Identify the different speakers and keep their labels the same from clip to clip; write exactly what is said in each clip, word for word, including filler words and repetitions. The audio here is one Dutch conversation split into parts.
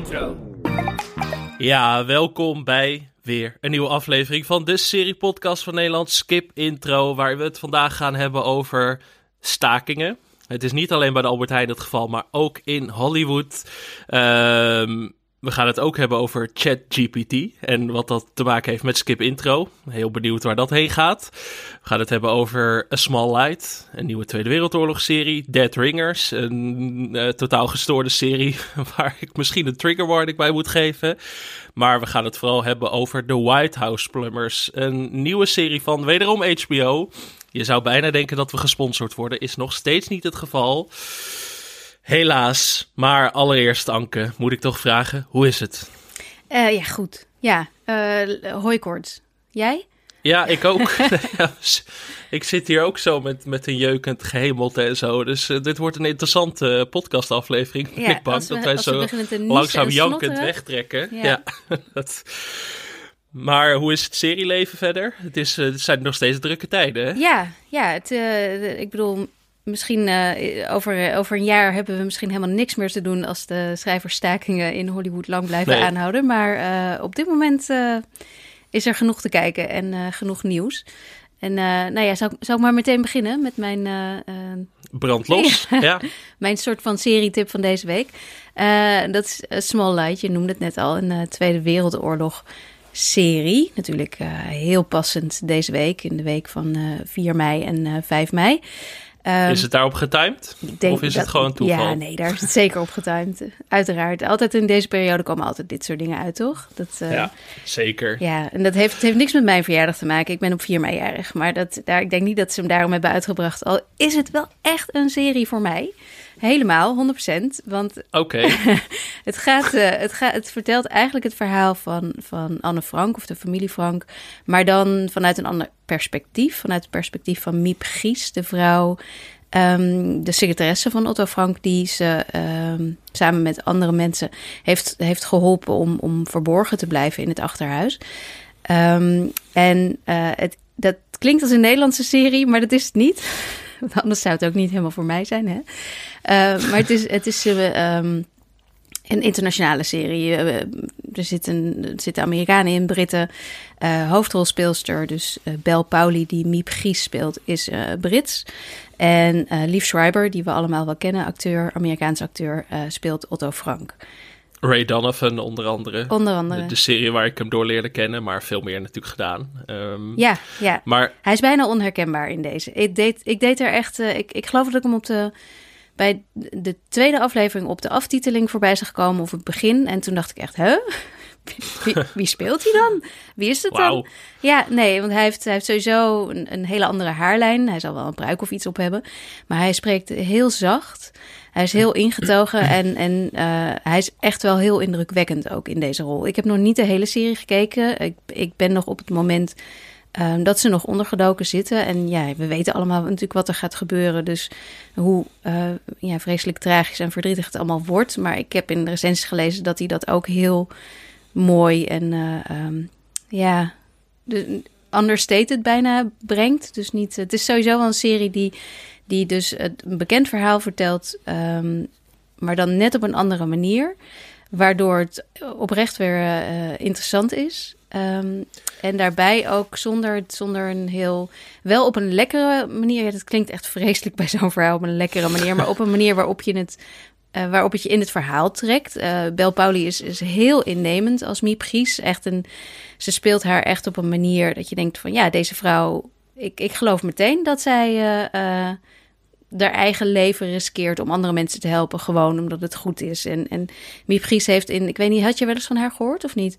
Speaker 1: Intro. Ja, welkom bij weer een nieuwe aflevering van de serie-podcast van Nederland, Skip Intro, waar we het vandaag gaan hebben over stakingen. Het is niet alleen bij de Albert Heijn het geval, maar ook in Hollywood. Um, we gaan het ook hebben over ChatGPT en wat dat te maken heeft met Skip Intro. Heel benieuwd waar dat heen gaat. We gaan het hebben over A Small Light, een nieuwe Tweede Wereldoorlog-serie. Dead Ringers, een uh, totaal gestoorde serie waar ik misschien een trigger warning bij moet geven. Maar we gaan het vooral hebben over The White House Plumbers, een nieuwe serie van wederom H B O. Je zou bijna denken dat we gesponsord worden, is nog steeds niet het geval. Helaas, maar allereerst Anke, moet ik toch vragen, hoe is het?
Speaker 2: Uh, ja, goed. Ja, uh, hooikoorts. Jij?
Speaker 1: Ja, ik ook. Ik zit hier ook zo met, met een jeukend gehemelte en zo. Dus uh, dit wordt een interessante podcastaflevering. Ja, ik bang dat wij zo langzaam jankend wegtrekken. Ja. Ja, dat... Maar hoe is het serieleven verder? Het, is, uh, het zijn nog steeds drukke tijden, hè?
Speaker 2: Ja, ja het, uh, ik bedoel... Misschien uh, over, over een jaar hebben we misschien helemaal niks meer te doen als de schrijversstakingen in Hollywood lang blijven nee. aanhouden. Maar uh, op dit moment uh, is er genoeg te kijken en uh, genoeg nieuws. En uh, nou ja, zou, zou ik maar meteen beginnen met mijn... Uh, uh,
Speaker 1: Brand los, ja.
Speaker 2: Mijn soort van serietip van deze week. Uh, dat is A Small Light, je noemde het net al, een uh, Tweede Wereldoorlog serie. Natuurlijk uh, heel passend deze week, in de week van uh, vier mei en uh, vijf mei.
Speaker 1: Um, is het daarop getimed? Of is dat, het gewoon toeval?
Speaker 2: Ja, nee, daar is het zeker op getimed. Uiteraard. Altijd in deze periode komen altijd dit soort dingen uit, toch? Dat, uh,
Speaker 1: ja, zeker.
Speaker 2: Ja, en dat heeft, het heeft niks met mijn verjaardag te maken. Ik ben op vier mei jarig. Maar dat, daar, ik denk niet dat ze hem daarom hebben uitgebracht. Al is het wel echt een serie voor mij. Helemaal, honderd procent. Want
Speaker 1: okay.
Speaker 2: het, gaat, uh, het, gaat, het vertelt eigenlijk het verhaal van, van Anne Frank of de familie Frank. Maar dan vanuit een ander perspectief. Vanuit het perspectief van Miep Gies, de vrouw, um, de secretaresse van Otto Frank. Die ze um, samen met andere mensen heeft, heeft geholpen om, om verborgen te blijven in het achterhuis. Um, en uh, het, dat klinkt als een Nederlandse serie, maar dat is het niet. Want anders zou het ook niet helemaal voor mij zijn, hè? Uh, maar het is, het is uh, um, een internationale serie. Uh, er, zitten, er zitten Amerikanen in, Britten. Uh, hoofdrolspeelster, dus uh, Bel Powley, die Miep Gies speelt, is uh, Brits. En uh, Liev Schreiber, die we allemaal wel kennen, acteur, Amerikaans acteur, uh, speelt Otto Frank.
Speaker 1: Ray Donovan onder andere.
Speaker 2: Onder andere.
Speaker 1: De, de serie waar ik hem door leerde kennen, maar veel meer natuurlijk gedaan. Um,
Speaker 2: ja, ja.
Speaker 1: Maar
Speaker 2: hij is bijna onherkenbaar in deze. Ik deed, ik deed er echt... Uh, ik, ik geloof dat ik hem op de... bij de tweede aflevering op de aftiteling voorbij zag komen of het begin. En toen dacht ik echt, huh? Wie, wie speelt hij dan? Wie is het
Speaker 1: wow.
Speaker 2: dan? Ja, nee, want hij heeft, hij heeft sowieso een, een hele andere haarlijn. Hij zal wel een pruik of iets op hebben. Maar hij spreekt heel zacht. Hij is heel ingetogen en, en uh, hij is echt wel heel indrukwekkend ook in deze rol. Ik heb nog niet de hele serie gekeken. Ik, ik ben nog op het moment um, dat ze nog ondergedoken zitten. En ja, we weten allemaal natuurlijk wat er gaat gebeuren. Dus hoe uh, ja, vreselijk tragisch en verdrietig het allemaal wordt. Maar ik heb in de recensies gelezen dat hij dat ook heel mooi en uh, um, ja, de, understated bijna brengt. Dus niet, het is sowieso wel een serie die... die dus een bekend verhaal vertelt, um, maar dan net op een andere manier. Waardoor het oprecht weer uh, interessant is. Um, en daarbij ook zonder, zonder een heel... wel op een lekkere manier. Ja, dat klinkt echt vreselijk bij zo'n verhaal op een lekkere manier. Maar op een manier waarop je het, uh, waarop het je in het verhaal trekt. Uh, Bel Powley is, is heel innemend als Miep Gies. Echt een, ze speelt haar echt op een manier dat je denkt van... ja, deze vrouw... Ik, ik geloof meteen dat zij... Uh, uh, haar eigen leven riskeert om andere mensen te helpen, gewoon omdat het goed is. En, en Miep Gies heeft in, ik weet niet, had je wel eens van haar gehoord of niet?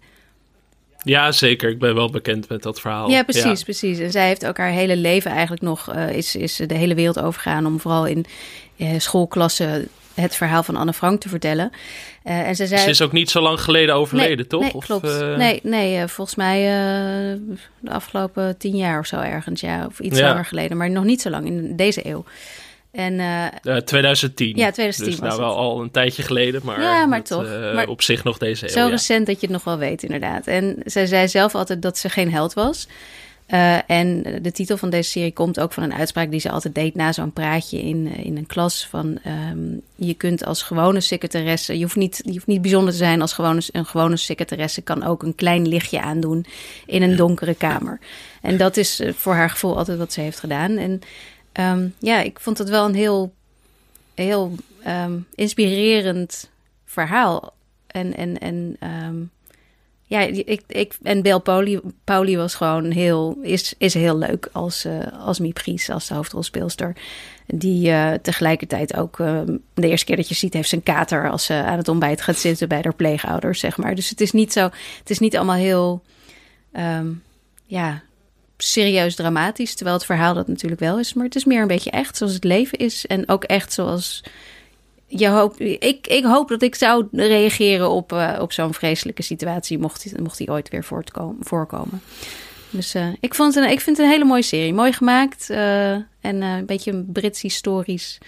Speaker 1: Ja, zeker. Ik ben wel bekend met dat verhaal.
Speaker 2: Ja, precies,
Speaker 1: ja.
Speaker 2: precies. En zij heeft ook haar hele leven eigenlijk nog, uh, is, is de hele wereld overgegaan om vooral in uh, schoolklassen het verhaal van Anne Frank te vertellen. Uh, en ze, zei,
Speaker 1: ze is ook niet zo lang geleden overleden,
Speaker 2: nee,
Speaker 1: toch?
Speaker 2: Nee,
Speaker 1: of,
Speaker 2: klopt.
Speaker 1: Uh...
Speaker 2: Nee, nee uh, volgens mij uh, de afgelopen tien jaar of zo ergens, ja, of iets
Speaker 1: ja.
Speaker 2: langer geleden, maar nog niet zo lang in deze eeuw. En, uh,
Speaker 1: uh, twintig tien.
Speaker 2: Ja, twintig tien
Speaker 1: dus
Speaker 2: was
Speaker 1: nou wel
Speaker 2: het.
Speaker 1: al een tijdje geleden, maar,
Speaker 2: ja, maar
Speaker 1: dat,
Speaker 2: toch.
Speaker 1: Uh,
Speaker 2: maar
Speaker 1: op zich nog deze eeuw.
Speaker 2: Zo
Speaker 1: ja.
Speaker 2: recent dat je het nog wel weet, inderdaad. En zij zei zelf altijd dat ze geen held was. Uh, en de titel van deze serie komt ook van een uitspraak die ze altijd deed na zo'n praatje in, in een klas. Van um, je kunt als gewone secretaresse, je hoeft niet, je hoeft niet bijzonder te zijn als gewone, een gewone secretaresse, kan ook een klein lichtje aandoen in een donkere kamer. En dat is uh, voor haar gevoel altijd wat ze heeft gedaan. En um, ja, ik vond het wel een heel, heel um, inspirerend verhaal. En, en, en um, ja, ik, ik, en Bel Powley, Powley was gewoon heel, is, is heel leuk als, uh, als Miep Gies, als de hoofdrolspeelster. Die uh, tegelijkertijd ook, uh, de eerste keer dat je ziet, heeft zijn kater als ze aan het ontbijt gaat zitten bij haar pleegouders, zeg maar. Dus het is niet zo, het is niet allemaal heel, um, ja, serieus dramatisch, terwijl het verhaal dat natuurlijk wel is. Maar het is meer een beetje echt zoals het leven is en ook echt zoals... Je hoop, ik, ik hoop dat ik zou reageren op, uh, op zo'n vreselijke situatie, mocht, mocht die ooit weer voortkomen, voorkomen. Dus uh, ik, vond het een, ik vind het een hele mooie serie. Mooi gemaakt uh, en uh, een beetje een Brits historisch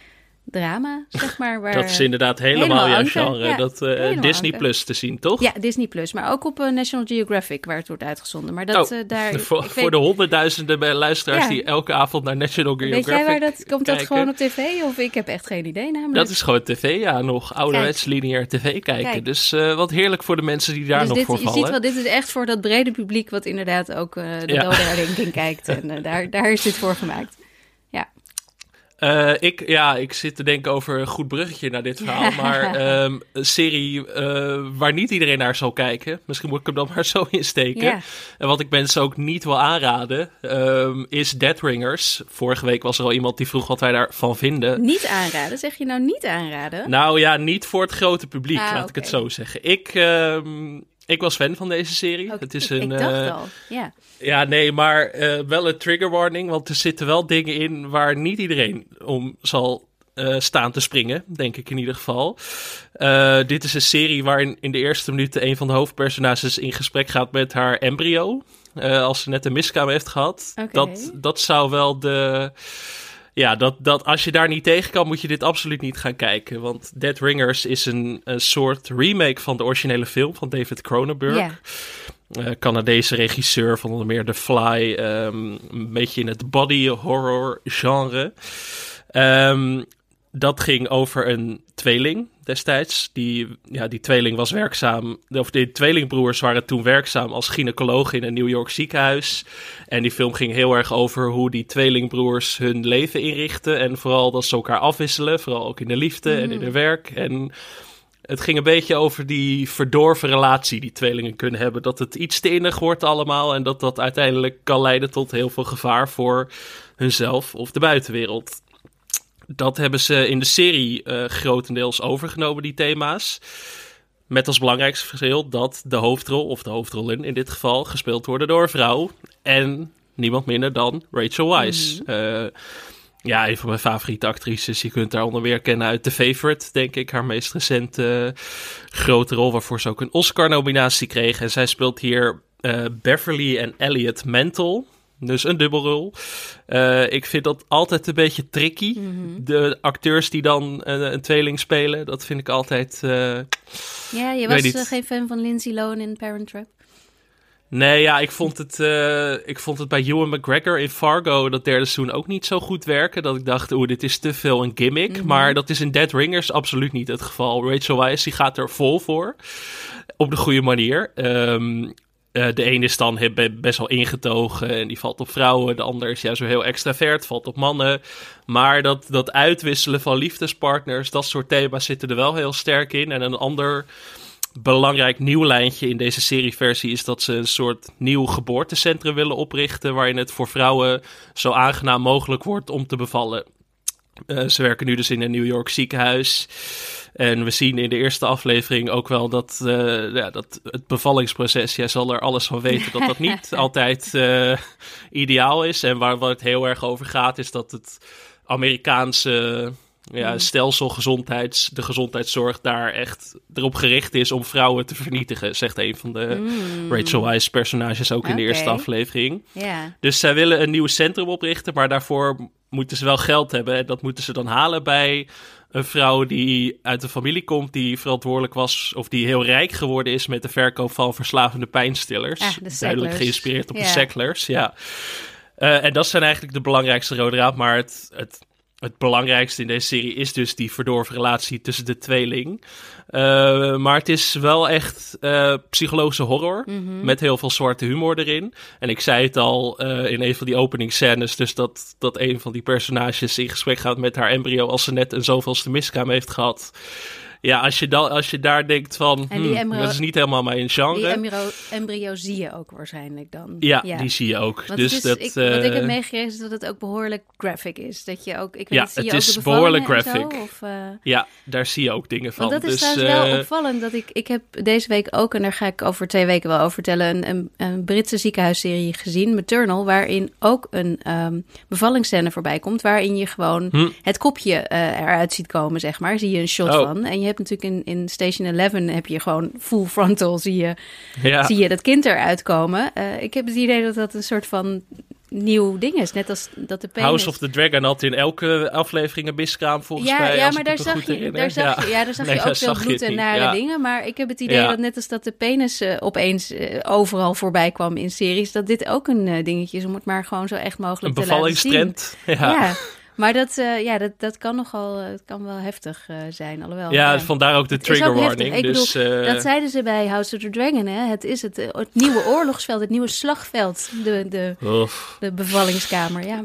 Speaker 2: drama, zeg maar. Waar,
Speaker 1: dat is inderdaad helemaal, helemaal jouw genre. Ja, dat uh, Disney
Speaker 2: anker.
Speaker 1: Plus te zien, toch?
Speaker 2: Ja, Disney Plus. Maar ook op uh, National Geographic, waar het wordt uitgezonden. Maar dat,
Speaker 1: oh,
Speaker 2: uh, daar,
Speaker 1: voor,
Speaker 2: ik
Speaker 1: voor
Speaker 2: weet...
Speaker 1: de honderdduizenden luisteraars ja. die elke avond naar National Geographic
Speaker 2: Weet jij waar dat... Komt
Speaker 1: kijken.
Speaker 2: dat gewoon op tv? Of ik heb echt geen idee namelijk.
Speaker 1: Dat is gewoon tv, ja. Nog ouderwets lineair tv kijken. Kijk. Dus uh, wat heerlijk voor de mensen die daar
Speaker 2: dus
Speaker 1: nog
Speaker 2: dit,
Speaker 1: voor
Speaker 2: je
Speaker 1: vallen.
Speaker 2: Je ziet wel, dit is echt voor dat brede publiek wat inderdaad ook uh, de ja. dodenherdenking kijkt. En uh, daar, daar is dit voor gemaakt. Ja.
Speaker 1: Uh, ik, ja, ik zit te denken over een goed bruggetje naar dit verhaal. Maar um, een serie uh, waar niet iedereen naar zal kijken. Misschien moet ik hem dan maar zo insteken. Ja. En wat ik mensen ook niet wil aanraden, um, is Dead Ringers. Vorige week was er al iemand die vroeg wat wij daarvan vinden.
Speaker 2: Niet aanraden? Zeg je nou niet aanraden?
Speaker 1: Nou ja, niet voor het grote publiek,
Speaker 2: ah,
Speaker 1: laat
Speaker 2: okay.
Speaker 1: ik het zo zeggen. Ik... Um, Ik was fan van deze serie.
Speaker 2: Okay,
Speaker 1: het is
Speaker 2: ik,
Speaker 1: een,
Speaker 2: ik dacht
Speaker 1: uh,
Speaker 2: al, ja.
Speaker 1: Ja, nee, maar uh, wel een trigger warning. Want er zitten wel dingen in waar niet iedereen om zal uh, staan te springen. Denk ik in ieder geval. Uh, dit is een serie waarin in de eerste minuten een van de hoofdpersonages in gesprek gaat met haar embryo. Uh, als ze net een miskraam heeft gehad.
Speaker 2: Okay.
Speaker 1: Dat, dat zou wel de... Ja, dat, dat als je daar niet tegen kan, moet je dit absoluut niet gaan kijken. Want Dead Ringers is een, een soort remake van de originele film van David Cronenberg.
Speaker 2: Yeah.
Speaker 1: Uh, Canadese regisseur van onder meer The Fly. Um, een beetje in het body horror genre. Um, dat ging over een tweeling destijds. Die, ja, die tweeling was werkzaam... Of die tweelingbroers waren toen werkzaam als gynaecoloog in een New York ziekenhuis. En die film ging heel erg over hoe die tweelingbroers hun leven inrichten. En vooral dat ze elkaar afwisselen. Vooral ook in de liefde mm. en in hun werk. En het ging een beetje over die verdorven relatie die tweelingen kunnen hebben. Dat het iets te innig wordt allemaal. En dat dat uiteindelijk kan leiden tot heel veel gevaar voor hunzelf of de buitenwereld. Dat hebben ze in de serie uh, grotendeels overgenomen, die thema's. Met als belangrijkste verschil dat de hoofdrol, of de hoofdrollen in dit geval, gespeeld worden door een vrouw. En niemand minder dan Rachel Weisz. Mm-hmm. Uh, ja, een van mijn favoriete actrices. Je kunt haar onder meer kennen uit The Favourite, denk ik. Haar meest recente uh, grote rol, waarvoor ze ook een Oscar-nominatie kreeg. En zij speelt hier uh, Beverly en Elliot Mantle. Dus een dubbelrol. Uh, ik vind dat altijd een beetje tricky. Mm-hmm. De acteurs die dan uh, een tweeling spelen, dat vind ik altijd... Uh,
Speaker 2: ja, je was uh, geen fan van Lindsay Lohan in Parent Trap?
Speaker 1: Nee, ja, ik vond het, uh, ik vond het bij Ewan McGregor in Fargo, dat derde seizoen, ook niet zo goed werken. Dat ik dacht, oeh, dit is te veel een gimmick. Mm-hmm. Maar dat is in Dead Ringers absoluut niet het geval. Rachel Weisz, die gaat er vol voor. Op de goede manier. Um, Uh, de ene is dan best wel ingetogen en die valt op vrouwen. De ander is ja zo heel extravert, valt op mannen. Maar dat, dat uitwisselen van liefdespartners, dat soort thema's zitten er wel heel sterk in. En een ander belangrijk nieuw lijntje in deze serieversie is dat ze een soort nieuw geboortecentrum willen oprichten, waarin het voor vrouwen zo aangenaam mogelijk wordt om te bevallen. Uh, ze werken nu dus in een New York ziekenhuis. En we zien in de eerste aflevering ook wel dat, uh, ja, dat het bevallingsproces, jij zal er alles van weten, dat dat niet altijd uh, ideaal is. En waar, waar het heel erg over gaat, is dat het Amerikaanse ja, mm. stelsel gezondheids, de gezondheidszorg daar echt erop gericht is om vrouwen te vernietigen, zegt een van de mm. Rachel Weisz personages ook in okay. de eerste aflevering.
Speaker 2: Yeah.
Speaker 1: Dus zij willen een nieuw centrum oprichten, maar daarvoor moeten ze wel geld hebben. En dat moeten ze dan halen bij een vrouw die uit een familie komt die verantwoordelijk was, of die heel rijk geworden is met de verkoop van verslavende pijnstillers.
Speaker 2: Ah, de
Speaker 1: Duidelijk
Speaker 2: Sacklers.
Speaker 1: geïnspireerd op
Speaker 2: Ja.
Speaker 1: de Sacklers, ja. Uh, en dat zijn eigenlijk de belangrijkste rode draad, maar het, het, het belangrijkste in deze serie is dus die verdorven relatie tussen de tweeling. Uh, maar het is wel echt uh, psychologische horror,
Speaker 2: Mm-hmm.
Speaker 1: met heel veel zwarte humor erin. En ik zei het al uh, in een van die openingsscènes, dus dat, dat een van die personages in gesprek gaat met haar embryo als ze net een zoveelste miskraam heeft gehad. Ja, als je, da- als je daar denkt van,
Speaker 2: En die
Speaker 1: hmm,
Speaker 2: embryo-
Speaker 1: dat is niet helemaal mijn genre.
Speaker 2: Die embryo, embryo zie je ook waarschijnlijk dan.
Speaker 1: Ja, die zie je ook.
Speaker 2: Want
Speaker 1: dus
Speaker 2: het is,
Speaker 1: dat,
Speaker 2: ik,
Speaker 1: uh,
Speaker 2: wat ik heb meegekregen is dat het ook behoorlijk graphic is. Dat je ook, ik weet
Speaker 1: Ja,
Speaker 2: niet, zie je
Speaker 1: het
Speaker 2: ook
Speaker 1: is
Speaker 2: de bevallingen
Speaker 1: behoorlijk
Speaker 2: en zo,
Speaker 1: graphic.
Speaker 2: of, uh...
Speaker 1: Ja, daar zie je ook dingen van.
Speaker 2: Want dat is
Speaker 1: dus,
Speaker 2: trouwens wel
Speaker 1: uh,
Speaker 2: opvallend. Dat ik, ik heb deze week ook, en daar ga ik over twee weken wel over vertellen, een, een, een Britse ziekenhuisserie gezien, Maternal, waarin ook een um, bevallingsscène voorbij komt, waarin je gewoon
Speaker 1: hm.
Speaker 2: het kopje uh, eruit ziet komen, zeg maar. Zie je een shot
Speaker 1: Oh.
Speaker 2: van. En je hebt natuurlijk in, in Station eleven heb je gewoon full frontal, zie je,
Speaker 1: ja.
Speaker 2: zie je dat kind eruit komen. Uh, ik heb het idee dat dat een soort van nieuw ding is. Net als dat de penis...
Speaker 1: House of the Dragon had in elke aflevering een miskraam volgens
Speaker 2: ja,
Speaker 1: mij.
Speaker 2: Ja,
Speaker 1: als
Speaker 2: maar
Speaker 1: ik
Speaker 2: daar
Speaker 1: me
Speaker 2: zag,
Speaker 1: goed
Speaker 2: je,
Speaker 1: herinner.
Speaker 2: daar zag
Speaker 1: ja.
Speaker 2: je, ja, daar zag
Speaker 1: nee,
Speaker 2: je ook
Speaker 1: daar
Speaker 2: veel
Speaker 1: zag je
Speaker 2: bloed
Speaker 1: het
Speaker 2: en
Speaker 1: niet.
Speaker 2: nare
Speaker 1: ja.
Speaker 2: dingen. Maar ik heb het idee
Speaker 1: Ja.
Speaker 2: dat net als dat de penis uh, opeens uh, overal voorbij kwam in series, dat dit ook een uh, dingetje is om het maar gewoon zo echt mogelijk
Speaker 1: Een
Speaker 2: te laten zien.
Speaker 1: bevallingstrend. Ja.
Speaker 2: Ja. Maar dat, uh, ja, dat, dat kan nogal, uh, het kan wel heftig uh, zijn, alhoewel.
Speaker 1: Ja,
Speaker 2: ja.
Speaker 1: vandaar ook de
Speaker 2: Het is
Speaker 1: trigger
Speaker 2: ook heftig.
Speaker 1: warning.
Speaker 2: Ik
Speaker 1: dus,
Speaker 2: bedoel,
Speaker 1: uh,
Speaker 2: dat zeiden ze bij House of the Dragon, hè. Het is het, uh, het nieuwe oorlogsveld, het nieuwe slagveld, de, de, de bevallingskamer, ja.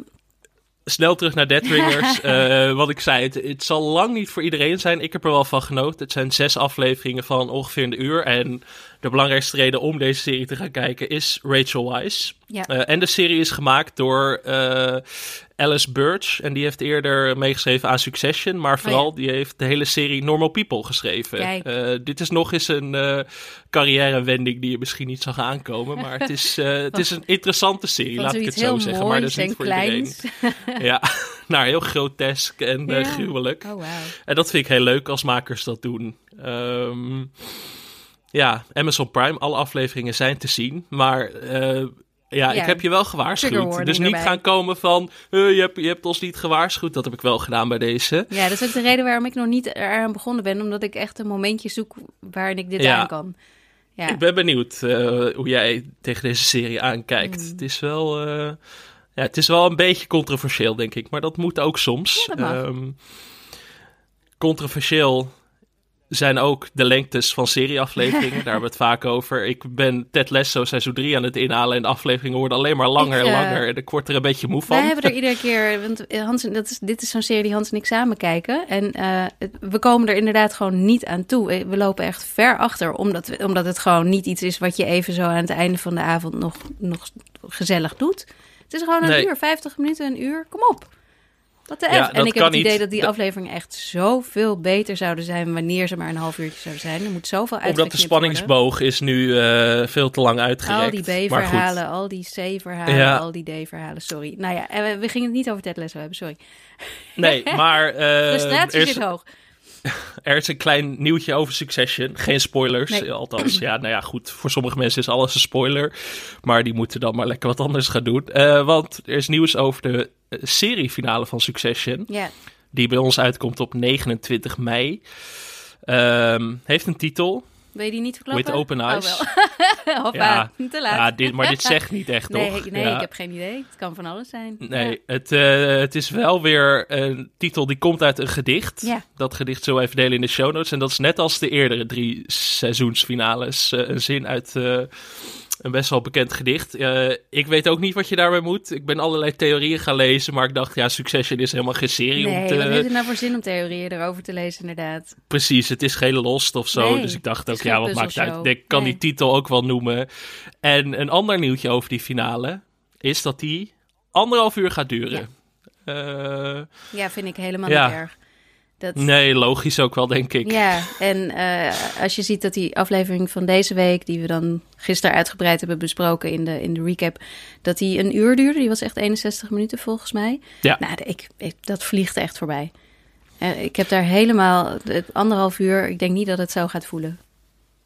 Speaker 1: Snel terug naar Deathringers. uh, wat ik zei, het, het zal lang niet voor iedereen zijn. Ik heb er wel van genoten. Het zijn zes afleveringen van ongeveer een uur. En de belangrijkste reden om deze serie te gaan kijken is Rachel Weisz.
Speaker 2: Ja.
Speaker 1: Uh, en de serie is gemaakt door uh, Alice Birch. En die heeft eerder meegeschreven aan Succession. Maar vooral, oh ja. die heeft de hele serie Normal People geschreven. Uh, dit is nog eens een uh, carrièrewending die je misschien niet zag aankomen. Maar het is, uh, het is een interessante serie, laat ik het zo zeggen. Maar dat is niet voor
Speaker 2: kleins.
Speaker 1: iedereen. Ja, nou, heel grotesk en uh, ja. gruwelijk.
Speaker 2: Oh, wow.
Speaker 1: En dat vind ik heel leuk als makers dat doen. Um, ja, Amazon Prime, alle afleveringen zijn te zien. Maar uh, ja, ja, ik heb je wel gewaarschuwd. Dus niet erbij. gaan komen van, uh, je, hebt, je hebt ons niet gewaarschuwd. Dat heb ik wel gedaan bij deze.
Speaker 2: Ja, dat is ook de reden waarom ik nog niet eraan begonnen ben. Omdat ik echt een momentje zoek waarin ik dit
Speaker 1: ja.
Speaker 2: aan kan. Ja.
Speaker 1: Ik ben benieuwd uh, hoe jij tegen deze serie aankijkt. Mm. Het is wel... Uh, Ja, het is wel een beetje controversieel, denk ik. Maar dat moet ook soms.
Speaker 2: Ja, dat mag.
Speaker 1: Um, controversieel zijn ook de lengtes van serieafleveringen. Daar hebben we het vaak over. Ik ben Ted Lasso seizoen drie aan het inhalen. En de afleveringen worden alleen maar langer ik, uh, en langer. En ik word er een beetje moe van.
Speaker 2: Wij hebben er iedere keer... Want Hans, dat is, dit is zo'n serie die Hans en ik samen kijken. En uh, het, we komen er inderdaad gewoon niet aan toe. We lopen echt ver achter. Omdat, we, omdat het gewoon niet iets is wat je even zo aan het einde van de avond nog, nog gezellig doet. Het is gewoon een nee. uur, vijftig minuten, een uur. Kom op. Wat de
Speaker 1: ja,
Speaker 2: F. En ik heb het idee
Speaker 1: niet.
Speaker 2: dat die afleveringen echt zoveel beter zouden zijn wanneer ze maar een half uurtje zouden zijn. Er moet zoveel uitgeknipt
Speaker 1: Omdat de spanningsboog
Speaker 2: worden.
Speaker 1: is nu uh, veel te lang uitgerekt.
Speaker 2: Al die B-verhalen, al die C-verhalen, ja. al die D-verhalen. Sorry. Nou ja, we, we gingen het niet over Ted Lasso hebben, sorry.
Speaker 1: Nee, maar... Uh,
Speaker 2: Frustratie
Speaker 1: is...
Speaker 2: zit hoog.
Speaker 1: Er is een klein nieuwtje over Succession. Geen spoilers, nee. althans. Ja, nou ja, goed. Voor sommige mensen is alles een spoiler. Maar die moeten dan maar lekker wat anders gaan doen. Uh, want er is nieuws over de uh, seriefinale van Succession.
Speaker 2: Yeah.
Speaker 1: Die bij ons uitkomt op negenentwintig mei. Um, heeft een titel.
Speaker 2: Wil je die niet verklappen?
Speaker 1: With Open Eyes.
Speaker 2: Oh, wel. Hoppa,
Speaker 1: ja,
Speaker 2: te laat.
Speaker 1: Ja, dit, maar dit zegt niet echt,
Speaker 2: nee,
Speaker 1: toch?
Speaker 2: Nee,
Speaker 1: ja.
Speaker 2: ik heb geen idee. Het kan van alles zijn.
Speaker 1: Nee,
Speaker 2: ja.
Speaker 1: het, uh, het is wel weer een titel die komt uit een gedicht.
Speaker 2: Ja.
Speaker 1: Dat gedicht zullen we even delen in de show notes. En dat is net als de eerdere drie seizoensfinales. Uh, een zin uit uh, een best wel bekend gedicht. Uh, ik weet ook niet wat je daarbij moet. Ik ben allerlei theorieën gaan lezen. Maar ik dacht, ja, Succession is helemaal geen serie.
Speaker 2: Nee,
Speaker 1: om te...
Speaker 2: wat heeft het nou voor zin om theorieën erover te lezen, inderdaad?
Speaker 1: Precies, het is geen Lost of zo.
Speaker 2: Nee,
Speaker 1: dus ik dacht ook, ja, wat maakt het uit? Ik kan
Speaker 2: nee.
Speaker 1: die titel ook wel noemen. En een ander nieuwtje over die finale is dat die anderhalf uur gaat duren. Ja, uh,
Speaker 2: ja vind ik helemaal
Speaker 1: ja.
Speaker 2: niet erg. Dat...
Speaker 1: Nee, logisch ook wel, denk ik.
Speaker 2: Ja, en uh, als je ziet dat die aflevering van deze week, die we dan gisteren uitgebreid hebben besproken in de, in de recap, dat die een uur duurde. Die was echt eenenzestig minuten volgens mij.
Speaker 1: Ja.
Speaker 2: Nou, ik, ik, dat vliegt echt voorbij. Uh, ik heb daar helemaal, het anderhalf uur, ik denk niet dat het zo gaat voelen.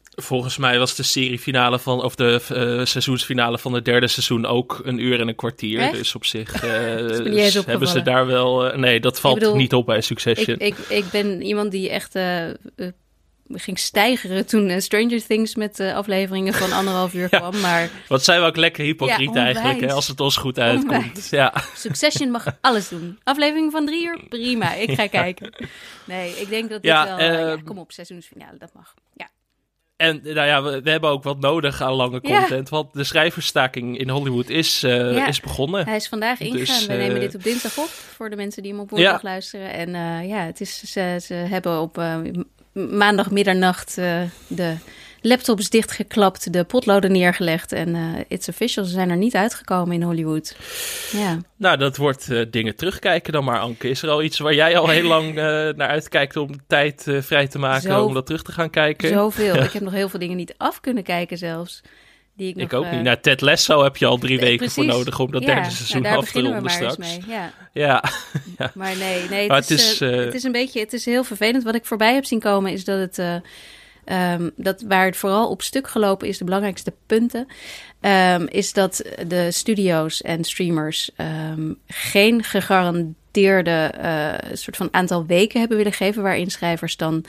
Speaker 1: Volgens mij was de seriefinale van, of de uh, seizoensfinale van het derde seizoen ook een uur en een kwartier.
Speaker 2: Echt?
Speaker 1: Dus op zich uh, hebben ze daar wel... Uh, nee, dat valt bedoel, niet op bij Succession.
Speaker 2: Ik, ik, ik ben iemand die echt uh, uh, ging stijgeren toen uh, Stranger Things met uh, afleveringen van anderhalf uur
Speaker 1: ja,
Speaker 2: kwam. Maar...
Speaker 1: Wat zijn we ook lekker hypocriet ja, eigenlijk, hè, als het ons goed uitkomt. Ja.
Speaker 2: Succession mag alles doen. Aflevering van drie uur, prima. Ik ga kijken. Nee, ik denk dat dit ja, wel... Uh, ja, kom op, seizoensfinale, dat mag. Ja.
Speaker 1: En nou ja, we, we hebben ook wat nodig aan lange content. Ja. Want de schrijversstaking in Hollywood is, uh, ja. is begonnen.
Speaker 2: Hij is vandaag ingegaan. Dus, we uh, nemen dit op dinsdag op. Voor de mensen die hem op woensdag ja. luisteren. En uh, ja, het is, ze, ze hebben op uh, maandag middernacht uh, de laptops dichtgeklapt. De potloden neergelegd. En uh, it's official. Ze zijn er niet uitgekomen in Hollywood. Ja.
Speaker 1: Nou, dat wordt uh, dingen terugkijken dan maar, Anke. Is er al iets waar jij al heel lang uh, naar uitkijkt om tijd uh, vrij te maken Zo, om dat terug te gaan kijken?
Speaker 2: Zoveel. Ja. Ik heb nog heel veel dingen niet af kunnen kijken zelfs. Die ik,
Speaker 1: ik
Speaker 2: nog,
Speaker 1: ook uh, niet. Nou, Ted Lasso heb je al drie weken Precies. voor nodig om dat ja, derde seizoen
Speaker 2: nou,
Speaker 1: af te ronden straks.
Speaker 2: Mee. Ja.
Speaker 1: Ja. ja.
Speaker 2: Maar nee, nee het, maar het, is, is, uh, het is een beetje, het is heel vervelend. Wat ik voorbij heb zien komen is dat het... Uh, Um, dat waar het vooral op stuk gelopen is, de belangrijkste punten, um, is dat de studio's en streamers um, geen gegarandeerde uh, soort van aantal weken hebben willen geven waarin schrijvers dan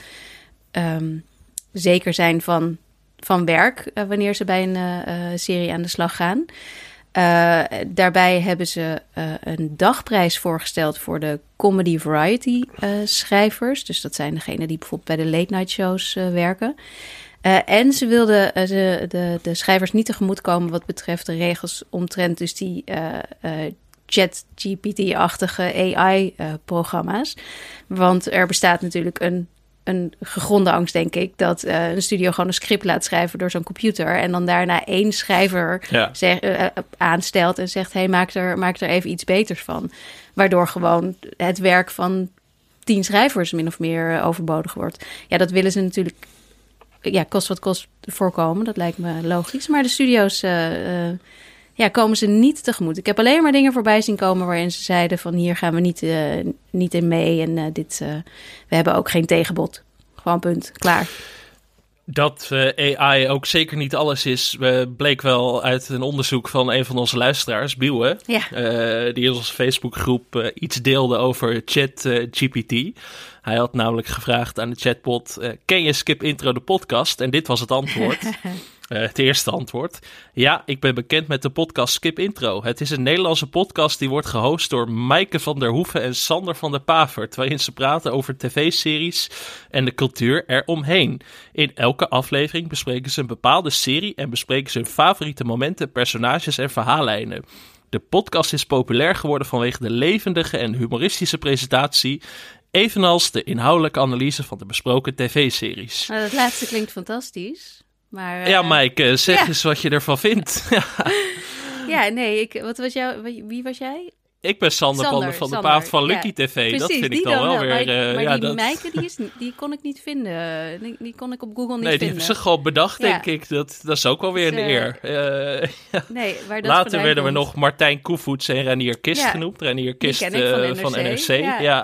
Speaker 2: um, zeker zijn van, van werk uh, wanneer ze bij een uh, serie aan de slag gaan. Uh, daarbij hebben ze uh, een dagprijs voorgesteld voor de comedy variety uh, schrijvers. Dus dat zijn degenen die bijvoorbeeld bij de late night shows uh, werken. Uh, en ze wilden uh, de, de, de schrijvers niet tegemoetkomen wat betreft de regels omtrent dus die uh, uh, ChatGPT-achtige A I-programma's. Uh, Want er bestaat natuurlijk een een gegronde angst, denk ik, dat uh, een studio gewoon een script laat schrijven door zo'n computer en dan daarna één schrijver ja. zeg, uh, aanstelt en zegt, hey, maak er, maak er even iets beters van. Waardoor gewoon het werk van tien schrijvers min of meer uh, overbodig wordt. Ja, dat willen ze natuurlijk, ja, kost wat kost voorkomen. Dat lijkt me logisch. Maar de studio's uh, uh, ja, komen ze niet tegemoet. Ik heb alleen maar dingen voorbij zien komen waarin ze zeiden van hier gaan we niet, uh, niet in mee. En uh, dit, uh, we hebben ook geen tegenbod. Gewoon punt. Klaar.
Speaker 1: Dat uh, A I ook zeker niet alles is, uh, bleek wel uit een onderzoek van een van onze luisteraars, Bieuwe. Ja. Uh, die in onze Facebookgroep uh, iets deelde over ChatGPT. Uh, Hij had namelijk gevraagd aan de chatbot, uh, ken je Skip Intro de podcast? En dit was het antwoord. Uh, het eerste antwoord. Ja, ik ben bekend met de podcast Skip Intro. Het is een Nederlandse podcast die wordt gehost door Maaike van der Hoeven en Sander van der Pavert, waarin ze praten over tv-series en de cultuur eromheen. In elke aflevering bespreken ze een bepaalde serie en bespreken ze hun favoriete momenten, personages en verhaallijnen. De podcast is populair geworden vanwege de levendige en humoristische presentatie, evenals de inhoudelijke analyse van de besproken tv-series.
Speaker 2: Nou, dat laatste klinkt fantastisch. Maar, uh,
Speaker 1: ja, Maaike, zeg ja. eens wat je ervan vindt.
Speaker 2: ja, nee, ik, wat was jou, wie was jij?
Speaker 1: Ik ben Sander, Sander van, van de Paard van Lucky ja. T V. Precies, dat vind ik dan, dan wel weer... Maar,
Speaker 2: uh,
Speaker 1: maar
Speaker 2: ja,
Speaker 1: die
Speaker 2: dat... Maaike, die, is, die kon ik niet vinden. Die, die kon ik op Google niet
Speaker 1: nee,
Speaker 2: vinden.
Speaker 1: Nee, die hebben ze gewoon bedacht, ja. denk ik. Dat, dat is ook wel weer dus, een uh, eer. Uh, ja. Nee, waar dat Later werden komt. we nog Martijn Koevoets en Renier Kist ja. genoemd. Renier Kist uh, van, van N R C. Ja. ja.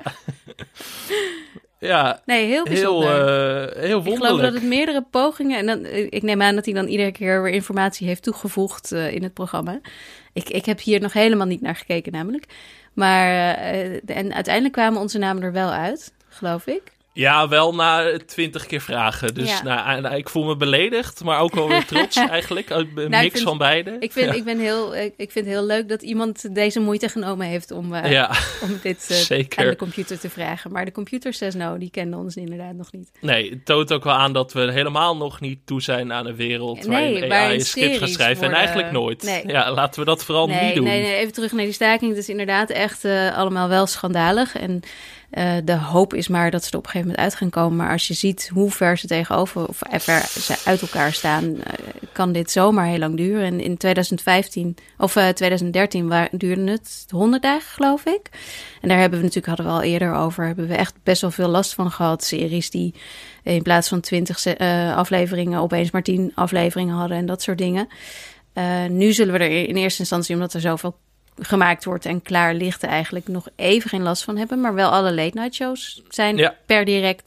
Speaker 1: Ja,
Speaker 2: nee, heel bijzonder.
Speaker 1: Heel, uh, heel wonderlijk.
Speaker 2: Ik geloof dat het meerdere pogingen... en dan, ik neem aan dat hij dan iedere keer weer informatie heeft toegevoegd uh, in het programma. Ik, ik heb hier nog helemaal niet naar gekeken namelijk. Maar uh, en uiteindelijk kwamen onze namen er wel uit, geloof ik.
Speaker 1: Ja, wel na twintig keer vragen. Dus ja. nou, nou, ik voel me beledigd, maar ook wel weer trots eigenlijk. Een nou, mix vind, van beide.
Speaker 2: Ik vind, ja. ik, ben heel, ik, ik vind het heel leuk dat iemand deze moeite genomen heeft om, uh, ja. om dit uh, aan de computer te vragen. Maar de computer says no, die kenden ons inderdaad nog niet.
Speaker 1: Nee, het toont ook wel aan dat we helemaal nog niet toe zijn aan een wereld
Speaker 2: nee,
Speaker 1: waarin A I scripts gaat schrijven. Worden... En eigenlijk nooit. Nee. Ja, laten we dat vooral
Speaker 2: nee,
Speaker 1: niet doen.
Speaker 2: Nee, nee, even terug naar die staking. Het is inderdaad echt uh, allemaal wel schandalig. En Uh, de hoop is maar dat ze er op een gegeven moment uit gaan komen. Maar als je ziet hoe ver ze tegenover of ver ze uit elkaar staan, uh, kan dit zomaar heel lang duren. En in twintig vijftien of uh, twintig dertien waar, duurde het honderd dagen, geloof ik. En daar hebben we natuurlijk, hadden we al eerder over, hebben we echt best wel veel last van gehad. Series die in plaats van twintig uh, afleveringen opeens maar tien afleveringen hadden en dat soort dingen. Uh, nu zullen we er in eerste instantie, omdat er zoveel gemaakt wordt en klaar ligt, eigenlijk nog even geen last van hebben. Maar wel alle late night shows zijn ja. per direct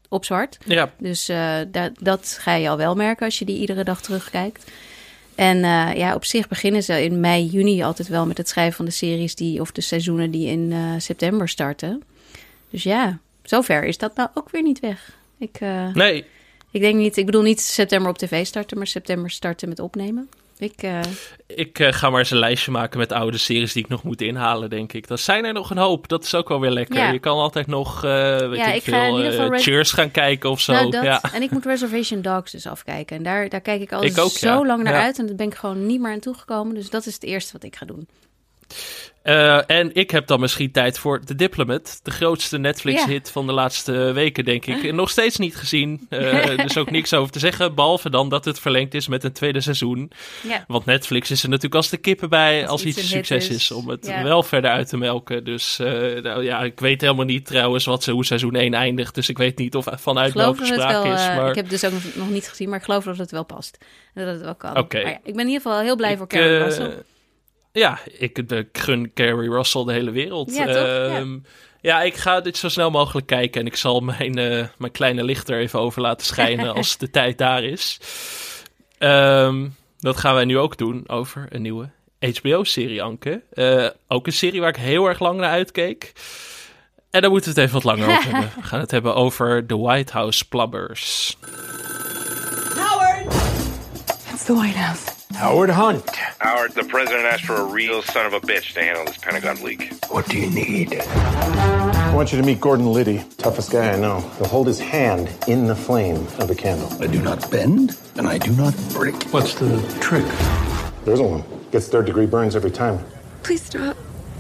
Speaker 2: op zwart.
Speaker 1: Ja.
Speaker 2: Dus uh, da- dat ga je al wel merken als je die iedere dag terugkijkt. En uh, ja, op zich beginnen ze in mei, juni altijd wel met het schrijven van de series die, of de seizoenen die in uh, september starten. Dus ja, zover is dat nou ook weer niet weg. Ik, uh,
Speaker 1: nee.
Speaker 2: Ik denk niet, ik bedoel niet september op tv starten, maar september starten met opnemen. Ik, uh...
Speaker 1: ik uh, ga maar eens een lijstje maken met oude series die ik nog moet inhalen, denk ik. Dat zijn er nog een hoop. Dat is ook wel weer lekker. Ja. Je kan altijd nog, uh, weet
Speaker 2: ja,
Speaker 1: ik,
Speaker 2: ik
Speaker 1: veel, uh, Res- Cheers gaan kijken of zo.
Speaker 2: Nou, dat,
Speaker 1: ja.
Speaker 2: En ik moet Reservation Dogs dus afkijken. En daar, daar kijk ik al
Speaker 1: ik ook,
Speaker 2: zo
Speaker 1: ja.
Speaker 2: lang naar
Speaker 1: ja.
Speaker 2: uit. En daar ben ik gewoon niet meer aan toegekomen. Dus dat is het eerste wat ik ga doen.
Speaker 1: Uh, en ik heb dan misschien tijd voor The Diplomat. De grootste Netflix-hit ja. van de laatste weken, denk ik. Nog steeds niet gezien. Uh, dus ook niks over te zeggen. Behalve dan dat het verlengd is met een tweede seizoen.
Speaker 2: Ja.
Speaker 1: Want Netflix is er natuurlijk als de kippen bij. Als, als iets een succes is. is. Om het ja. wel verder uit te melken. Dus uh, nou, ja, ik weet helemaal niet trouwens wat, hoe seizoen één eindigt. Dus ik weet niet of van uitmelken sprake is.
Speaker 2: Uh,
Speaker 1: maar...
Speaker 2: Ik heb dus ook nog niet gezien. Maar ik geloof dat het wel past. En dat het wel kan.
Speaker 1: Oké. Okay.
Speaker 2: Ja, ik ben in ieder geval heel blij ik, voor Carrie uh, Russell.
Speaker 1: Ja, ik, ik gun Carrie Russell de hele wereld.
Speaker 2: Ja, toch? Ja.
Speaker 1: Um, ja, ik ga dit zo snel mogelijk kijken. En ik zal mijn, uh, mijn kleine lichter even over laten schijnen als de tijd daar is. Um, dat gaan wij nu ook doen over een nieuwe H B O-serie, Anke. Uh, ook een serie waar ik heel erg lang naar uitkeek. En daar moeten we het even wat langer over hebben. We gaan het hebben over The White House Plumbers.
Speaker 3: Howard! It's the White House.
Speaker 4: Howard Hunt.
Speaker 5: Howard, the president asked for a real son of a bitch to handle this Pentagon leak.
Speaker 4: What do you need? I want you to meet Gordon Liddy, toughest guy I know. He'll hold his hand in the flame of the candle.
Speaker 6: I do not bend, and I do not break.
Speaker 4: What's the trick? There isn't one. Gets third degree burns every time.
Speaker 3: Please stop.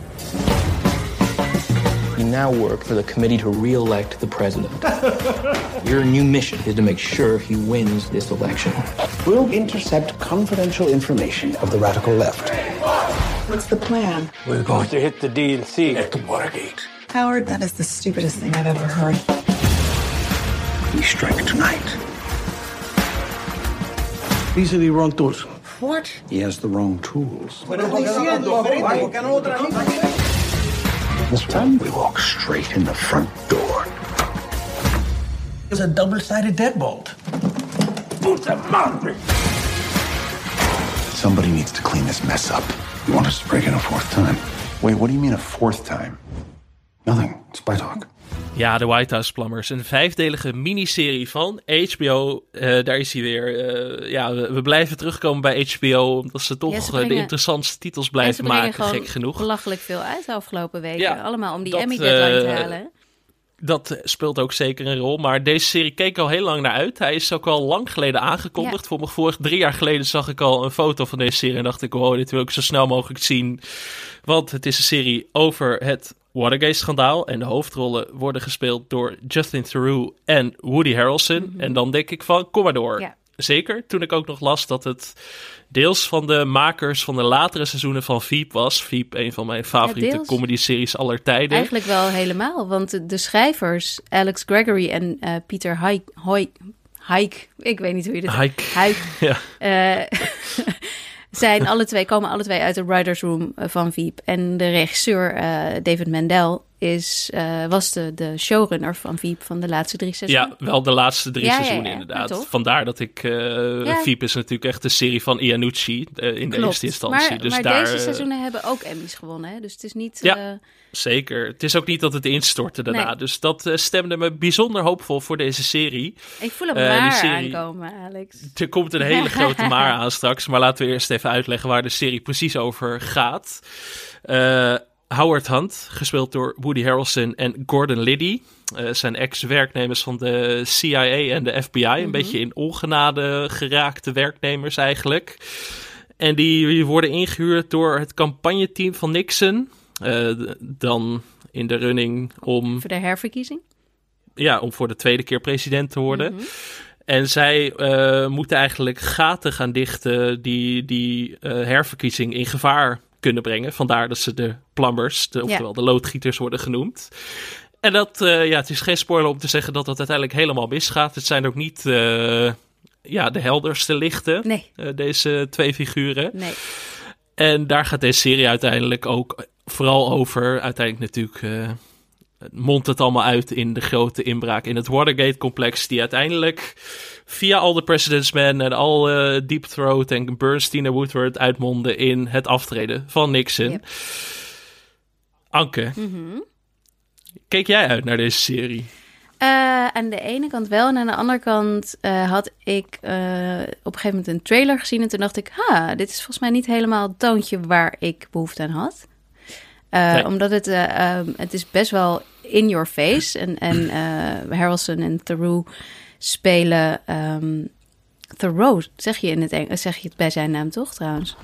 Speaker 6: You now work for the committee to re-elect the president. Your new mission is to make sure he wins this election.
Speaker 7: We'll intercept confidential information of the radical left.
Speaker 3: What's the plan?
Speaker 4: We're going to hit the D N C at the Watergate.
Speaker 3: Howard, that is the stupidest thing I've ever heard.
Speaker 7: We strike tonight.
Speaker 4: These are the wrong tools.
Speaker 3: What?
Speaker 7: He has the wrong tools. This time we walk straight in the front door.
Speaker 8: It's a double-sided deadbolt.
Speaker 7: Somebody needs to clean this mess up. You want us to break in a fourth time? Wait, what do you mean a fourth time? Nothing. Spy talk.
Speaker 1: Ja, The White House Plumbers. Een vijfdelige miniserie van H B O. Uh, daar is hij weer. Uh, ja, we, we blijven terugkomen bij H B O. Omdat ze toch ja, ze brengen, de interessantste titels blijven maken. Gek genoeg.
Speaker 2: Belachelijk veel uit de afgelopen weken. Ja, allemaal om die
Speaker 1: dat,
Speaker 2: Emmy deadline
Speaker 1: uh,
Speaker 2: te halen.
Speaker 1: Dat speelt ook zeker een rol. Maar deze serie keek ik al heel lang naar uit. Hij is ook al lang geleden aangekondigd. Ja. Voor me vorig drie jaar geleden zag ik al een foto van deze serie. En dacht ik, wow, dit wil ik zo snel mogelijk zien. Want het is een serie over het Watergate-schandaal. En de hoofdrollen worden gespeeld door Justin Theroux en Woody Harrelson. Mm-hmm. En dan denk ik van, kom maar door. Ja. Zeker, toen ik ook nog las dat het deels van de makers van de latere seizoenen van Veep was. Veep, een van mijn favoriete ja, comedy-series aller tijden.
Speaker 2: Eigenlijk wel helemaal, want de schrijvers Alex Gregory en uh, Peter Haik, Haik, Haik, ik weet niet hoe je dit
Speaker 1: Haik.
Speaker 2: Haik
Speaker 1: ja.
Speaker 2: uh, zijn alle twee, komen alle twee uit de writers room van Veep. En de regisseur uh, David Mandel is, uh, was de, de showrunner van Veep van de laatste drie seizoenen.
Speaker 1: Ja, wel de laatste drie
Speaker 2: ja,
Speaker 1: seizoenen
Speaker 2: ja, ja.
Speaker 1: inderdaad.
Speaker 2: Ja,
Speaker 1: Vandaar dat ik... Uh, ja. Veep is natuurlijk echt de serie van Iannucci uh, in
Speaker 2: Klopt.
Speaker 1: de eerste instantie.
Speaker 2: Maar,
Speaker 1: dus
Speaker 2: maar
Speaker 1: daar,
Speaker 2: deze seizoenen hebben ook Emmys gewonnen. Hè? Dus het is niet...
Speaker 1: Ja,
Speaker 2: uh...
Speaker 1: zeker. Het is ook niet dat het instortte daarna.
Speaker 2: Nee.
Speaker 1: Dus dat uh, stemde me bijzonder hoopvol voor deze serie.
Speaker 2: Ik voel hem
Speaker 1: uh,
Speaker 2: maar
Speaker 1: serie...
Speaker 2: aankomen, Alex.
Speaker 1: Er komt een hele grote maar aan straks. Maar laten we eerst even uitleggen waar de serie precies over gaat. Uh, Howard Hunt, gespeeld door Woody Harrelson en Gordon Liddy. Uh, zijn ex-werknemers van de C I A en de F B I. Mm-hmm. Een beetje in ongenade geraakte werknemers eigenlijk. En die worden ingehuurd door het campagneteam van Nixon. Uh, dan in de running om...
Speaker 2: Voor de herverkiezing?
Speaker 1: Ja, om voor de tweede keer president te worden.
Speaker 2: Mm-hmm.
Speaker 1: En zij uh, moeten eigenlijk gaten gaan dichten die die uh, herverkiezing in gevaar kunnen brengen. Vandaar dat ze de plumbers, de, oftewel ja. de loodgieters worden genoemd. En dat, uh, ja, het is geen spoiler om te zeggen dat dat uiteindelijk helemaal misgaat. Het zijn ook niet uh, ja, de helderste lichten,
Speaker 2: nee.
Speaker 1: uh, deze twee figuren.
Speaker 2: Nee.
Speaker 1: En daar gaat deze serie uiteindelijk ook vooral over. Uiteindelijk natuurlijk uh, mondt het allemaal uit in de grote inbraak in het Watergate-complex, die uiteindelijk via al de President's Men en al uh, Deep Throat en Bernstein en Woodward uitmonden in het aftreden van Nixon. Yep. Anke, mm-hmm. keek jij uit naar deze serie?
Speaker 2: Uh, aan de ene kant wel en aan de andere kant uh, had ik uh, op een gegeven moment een trailer gezien en toen dacht ik, ha, dit is volgens mij niet helemaal het toontje waar ik behoefte aan had. Uh, nee. Omdat het, uh, um, het is best wel in your face en, en uh, Harrelson en Theroux spelen um, Theroux, zeg je in het Engels, zeg je het bij zijn naam toch trouwens?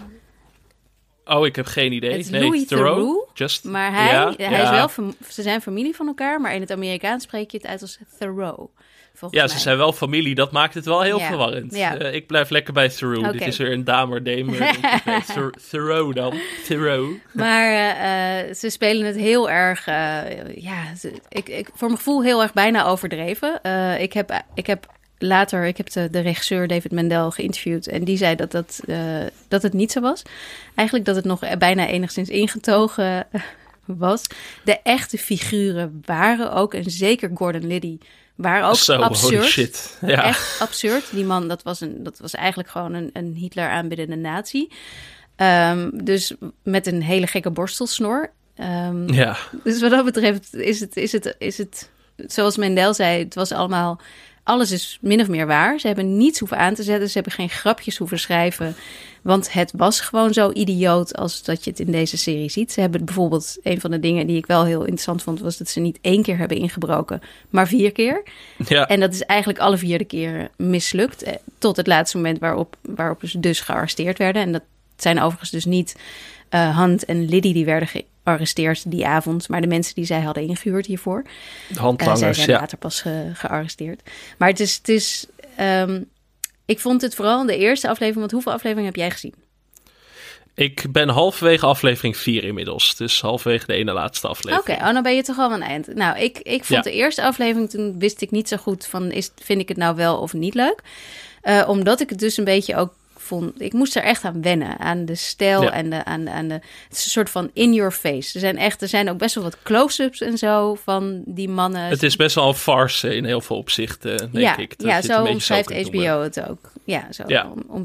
Speaker 1: Oh, ik heb geen idee.
Speaker 2: Het is
Speaker 1: nee,
Speaker 2: Louis Theroux,
Speaker 1: Just...
Speaker 2: maar hij,
Speaker 1: ja,
Speaker 2: hij
Speaker 1: ja.
Speaker 2: is wel, fam- ze zijn familie van elkaar, maar in het Amerikaans spreek je het uit als Theroux.
Speaker 1: Ja,
Speaker 2: mij.
Speaker 1: ze zijn wel familie. Dat maakt het wel heel
Speaker 2: ja.
Speaker 1: verwarrend.
Speaker 2: Ja.
Speaker 1: Uh, ik blijf lekker bij Theroux. Okay. Dit is weer een damer, damer. Theroux dan. Theroux.
Speaker 2: Maar uh, ze spelen het heel erg... Uh, ja, ze, ik, ik, voor mijn gevoel heel erg bijna overdreven. Uh, ik heb... Ik heb Later, ik heb de, de regisseur David Mendel geïnterviewd en die zei dat, dat, uh, dat het niet zo was. Eigenlijk dat het nog bijna enigszins ingetogen was. De echte figuren waren ook, en zeker Gordon Liddy, waren ook
Speaker 1: so,
Speaker 2: absurd.
Speaker 1: Holy shit. Ja.
Speaker 2: Echt absurd. Die man, dat was, een, dat was eigenlijk gewoon een, een Hitler aanbiddende nazi. Um, dus met een hele gekke borstelsnor. Um,
Speaker 1: ja.
Speaker 2: Dus wat dat betreft is het, is het, is het, zoals Mendel zei, het was allemaal... Alles is min of meer waar. Ze hebben niets hoeven aan te zetten. Ze hebben geen grapjes hoeven schrijven. Want het was gewoon zo idioot als dat je het in deze serie ziet. Ze hebben bijvoorbeeld... Een van de dingen die ik wel heel interessant vond... was dat ze niet één keer hebben ingebroken, maar vier keer.
Speaker 1: Ja.
Speaker 2: En dat is eigenlijk alle vier de keren mislukt. Tot het laatste moment waarop, waarop ze dus gearresteerd werden. En dat zijn overigens dus niet uh, Hunt en Liddy die werden gearresteerd die avond, maar de mensen die zij hadden ingehuurd hiervoor.
Speaker 1: De handlangers, uh,
Speaker 2: zij zijn
Speaker 1: ja.
Speaker 2: later pas ge- gearresteerd. Maar het is... Het is um, ik vond het vooral in de eerste aflevering... Want hoeveel afleveringen heb jij gezien?
Speaker 1: Ik ben halverwege aflevering vier inmiddels. Dus halverwege de ene laatste aflevering.
Speaker 2: Oké, okay, oh, dan ben je toch al aan het eind. Nou, ik, ik vond ja. de eerste aflevering... Toen wist ik niet zo goed van... Is, vind ik het nou wel of niet leuk? Uh, omdat ik het dus een beetje ook vond... Ik moest er echt aan wennen. Aan de stijl ja. en de, aan, de, aan de... Het is een soort van in your face. Er zijn, echt, er zijn ook best wel wat close-ups en zo van die mannen.
Speaker 1: Het is best wel een farce in heel veel opzichten, denk
Speaker 2: ja,
Speaker 1: ik. Dat
Speaker 2: ja, zo
Speaker 1: omschrijft
Speaker 2: H B O het ook. Ja, zo.
Speaker 1: Ja.
Speaker 2: Om, om,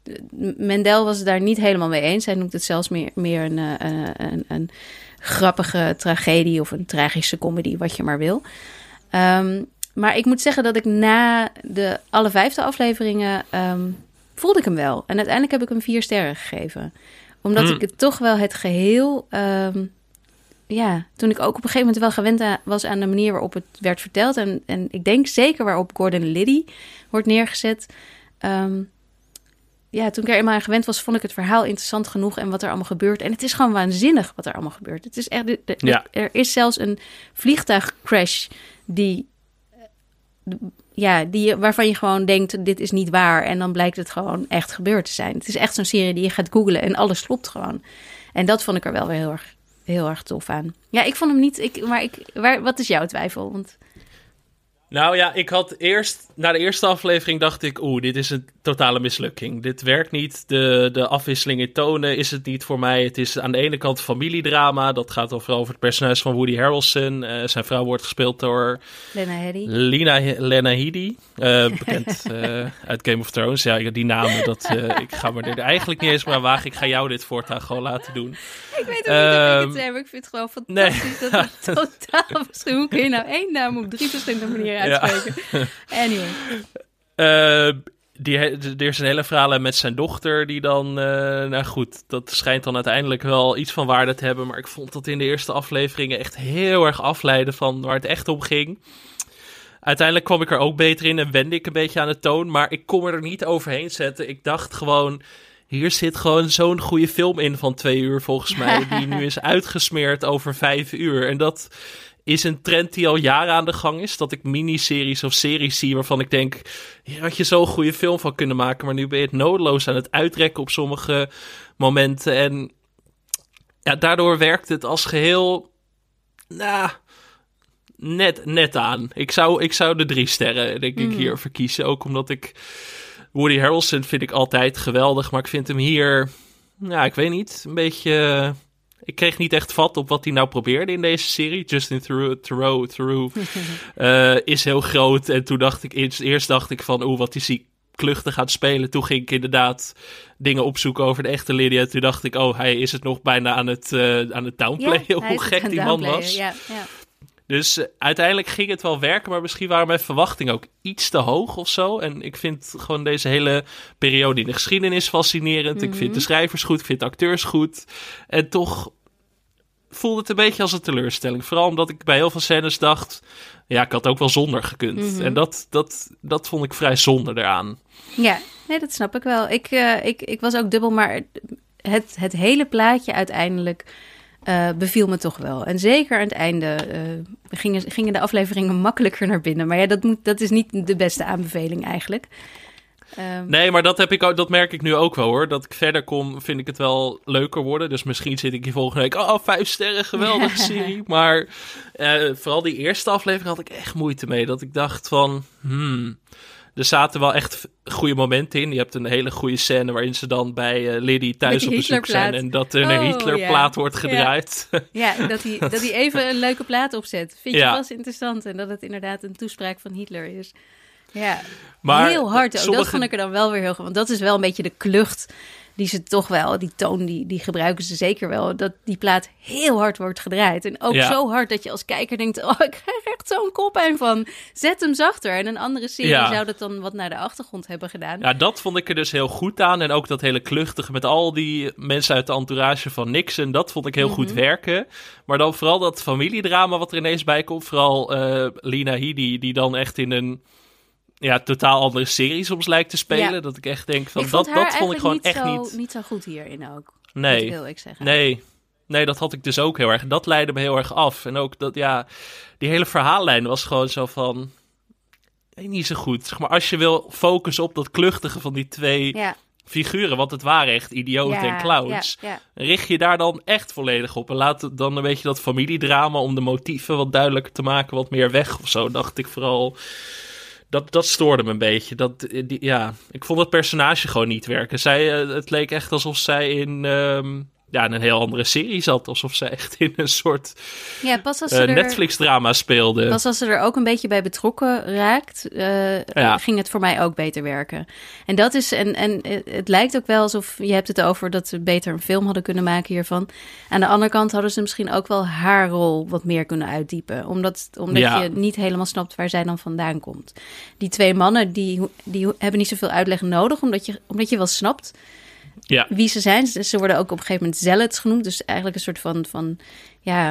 Speaker 2: Mendel was het daar niet helemaal mee eens. Hij noemt het zelfs meer, meer een, een, een, een grappige tragedie of een tragische comedy, wat je maar wil. Um, maar ik moet zeggen dat ik na de alle vijfde afleveringen um, voelde ik hem wel. En uiteindelijk heb ik hem vier sterren gegeven. Omdat hmm. ik het toch wel het geheel... Um, ja, toen ik ook op een gegeven moment wel gewend a- was aan de manier waarop het werd verteld. En, en ik denk zeker waarop Gordon Liddy wordt neergezet. Um, ja, toen ik er eenmaal aan gewend was, vond ik het verhaal interessant genoeg en wat er allemaal gebeurt. En het is gewoon waanzinnig wat er allemaal gebeurt. Het is echt, de, de, ja. Er is zelfs een vliegtuigcrash die, ja, die, waarvan je gewoon denkt, dit is niet waar. En dan blijkt het gewoon echt gebeurd te zijn. Het is echt zo'n serie die je gaat googlen en alles klopt gewoon. En dat vond ik er wel weer heel erg, heel erg tof aan. Ja, ik vond hem niet, ik, maar ik, waar, wat is jouw twijfel? Want...
Speaker 1: Nou ja, ik had eerst, na de eerste aflevering dacht ik, oeh, dit is een totale mislukking. Dit werkt niet, de, de afwisseling in tonen is het niet voor mij. Het is aan de ene kant familiedrama, dat gaat dan vooral over het personage van Woody Harrelson. Uh, zijn vrouw wordt gespeeld door...
Speaker 2: Lena Headey.
Speaker 1: Lina, Lena Headey, uh, bekend uh, uit Game of Thrones. Ja, die namen, dat, uh, ik ga me er eigenlijk niet eens meer aan wagen. Ik ga jou dit voortaan gewoon laten doen.
Speaker 2: Ik weet ook niet um, of ik het heb, ik vind het gewoon fantastisch nee. dat het totaal verschillend. Hoe kun je nou één naam op drie verschillende manieren uitspreken? Ja. Anyway.
Speaker 1: Uh, die, er is een hele verhaal met zijn dochter die dan... Uh, nou goed, dat schijnt dan uiteindelijk wel iets van waarde te hebben. Maar ik vond dat in de eerste afleveringen echt heel erg afleiden van waar het echt om ging. Uiteindelijk kwam ik er ook beter in en wende ik een beetje aan de toon. Maar ik kon er niet overheen zetten. Ik dacht gewoon... Hier zit gewoon zo'n goede film in van twee uur volgens mij. Die nu is uitgesmeerd over vijf uur. En dat is een trend die al jaren aan de gang is. Dat ik miniseries of series zie waarvan ik denk... Hier had je zo'n goede film van kunnen maken. Maar nu ben je het nodeloos aan het uitrekken op sommige momenten. En ja, daardoor werkt het als geheel... Nou, net, net aan. Ik zou, ik zou de drie sterren denk ik mm. hier verkiezen. Ook omdat ik... Woody Harrelson vind ik altijd geweldig, maar ik vind hem hier, nou, ik weet niet, een beetje Ik kreeg niet echt vat op wat hij nou probeerde in deze serie. Justin Theroux, Theroux, Theroux uh, is heel groot. En toen dacht ik, eerst, eerst dacht ik van, oeh, wat is hij kluchtig aan het spelen. Toen ging ik inderdaad dingen opzoeken over de echte Lydia. Toen dacht ik, oh, hij is het nog bijna aan het, uh, aan het downplayen.
Speaker 2: Ja,
Speaker 1: hoe gek die man was.
Speaker 2: Ja, ja.
Speaker 1: Dus uh, uiteindelijk ging het wel werken, maar misschien waren mijn verwachtingen ook iets te hoog of zo. En ik vind gewoon deze hele periode in de geschiedenis fascinerend. Mm-hmm. Ik vind de schrijvers goed, ik vind de acteurs goed. En toch voelde het een beetje als een teleurstelling. Vooral omdat ik bij heel veel scènes dacht, ja, ik had ook wel zonder gekund. Mm-hmm. En dat, dat, dat vond ik vrij zonde eraan.
Speaker 2: Ja, nee, dat snap ik wel. Ik, uh, ik, ik was ook dubbel, maar het, het hele plaatje uiteindelijk Uh, beviel me toch wel. En zeker aan het einde uh, gingen, gingen de afleveringen makkelijker naar binnen. Maar ja, dat, moet, dat is niet de beste aanbeveling eigenlijk. Um,
Speaker 1: nee, maar dat, heb ik ook, dat merk ik nu ook wel hoor. Dat ik verder kom, vind ik het wel leuker worden. Dus misschien zit ik hier volgende week, oh, vijf sterren, geweldige serie. Maar uh, vooral die eerste aflevering had ik echt moeite mee. Dat ik dacht van, hmm... Er zaten wel echt goede momenten in. Je hebt een hele goede scène waarin ze dan bij uh, Liddy thuis op bezoek zijn. En dat er een oh, Hitlerplaat ja. wordt gedraaid.
Speaker 2: Ja, ja dat hij dat hij even een leuke plaat opzet. Vind je ja. vast interessant. En dat het inderdaad een toespraak van Hitler is. Ja, maar heel hard ook. Sommige... Dat vond ik er dan wel weer heel goed. Want dat is wel een beetje de klucht die ze toch wel, die toon, die, die gebruiken ze zeker wel. Dat die plaat heel hard wordt gedraaid. En ook ja. zo hard dat je als kijker denkt, oh, ik krijg echt zo'n koppijn van. Zet hem zachter. En een andere serie ja. zou dat dan wat naar de achtergrond hebben gedaan.
Speaker 1: Ja, dat vond ik er dus heel goed aan. En ook dat hele kluchtige met al die mensen uit de entourage van Nixon. Dat vond ik heel mm-hmm. goed werken. Maar dan vooral dat familiedrama wat er ineens bij komt. Vooral uh, Lena Headey, die dan echt in een ja, totaal andere serie soms lijkt te spelen. Ja. Dat ik echt denk van,
Speaker 2: ik
Speaker 1: dat, dat vond ik gewoon
Speaker 2: niet
Speaker 1: echt
Speaker 2: zo,
Speaker 1: niet...
Speaker 2: niet zo goed hierin ook.
Speaker 1: Nee.
Speaker 2: Dat wil ik zeggen.
Speaker 1: Nee. Nee, dat had ik dus ook heel erg. Dat leidde me heel erg af. En ook dat, ja, die hele verhaallijn was gewoon zo van, niet zo goed. Zeg maar, als je wil focussen op dat kluchtige van die twee
Speaker 2: ja.
Speaker 1: figuren, want het waren echt idioten
Speaker 2: ja,
Speaker 1: en clowns,
Speaker 2: ja, ja.
Speaker 1: richt je daar dan echt volledig op. En laat dan een beetje dat familiedrama om de motieven wat duidelijker te maken, wat meer weg of zo, dacht ik vooral. Dat, dat stoorde me een beetje. Dat, die, ja, ik vond het personage gewoon niet werken. Zij, uh, het leek echt alsof zij in, um, ja, in een heel andere serie zat. Alsof zij echt in een soort
Speaker 2: ja, pas als ze uh,
Speaker 1: er, Netflix-drama speelde.
Speaker 2: Pas als ze er ook een beetje bij betrokken raakt, uh, ja. ging het voor mij ook beter werken. En dat is, en, en het lijkt ook wel alsof, je hebt het over dat ze beter een film hadden kunnen maken hiervan. Aan de andere kant hadden ze misschien ook wel haar rol wat meer kunnen uitdiepen. Omdat, omdat ja. je niet helemaal snapt waar zij dan vandaan komt. Die twee mannen, die, die hebben niet zoveel uitleg nodig, omdat je, omdat je wel snapt
Speaker 1: ja.
Speaker 2: wie ze zijn. Ze worden ook op een gegeven moment zealots genoemd. Dus eigenlijk een soort van, van ja,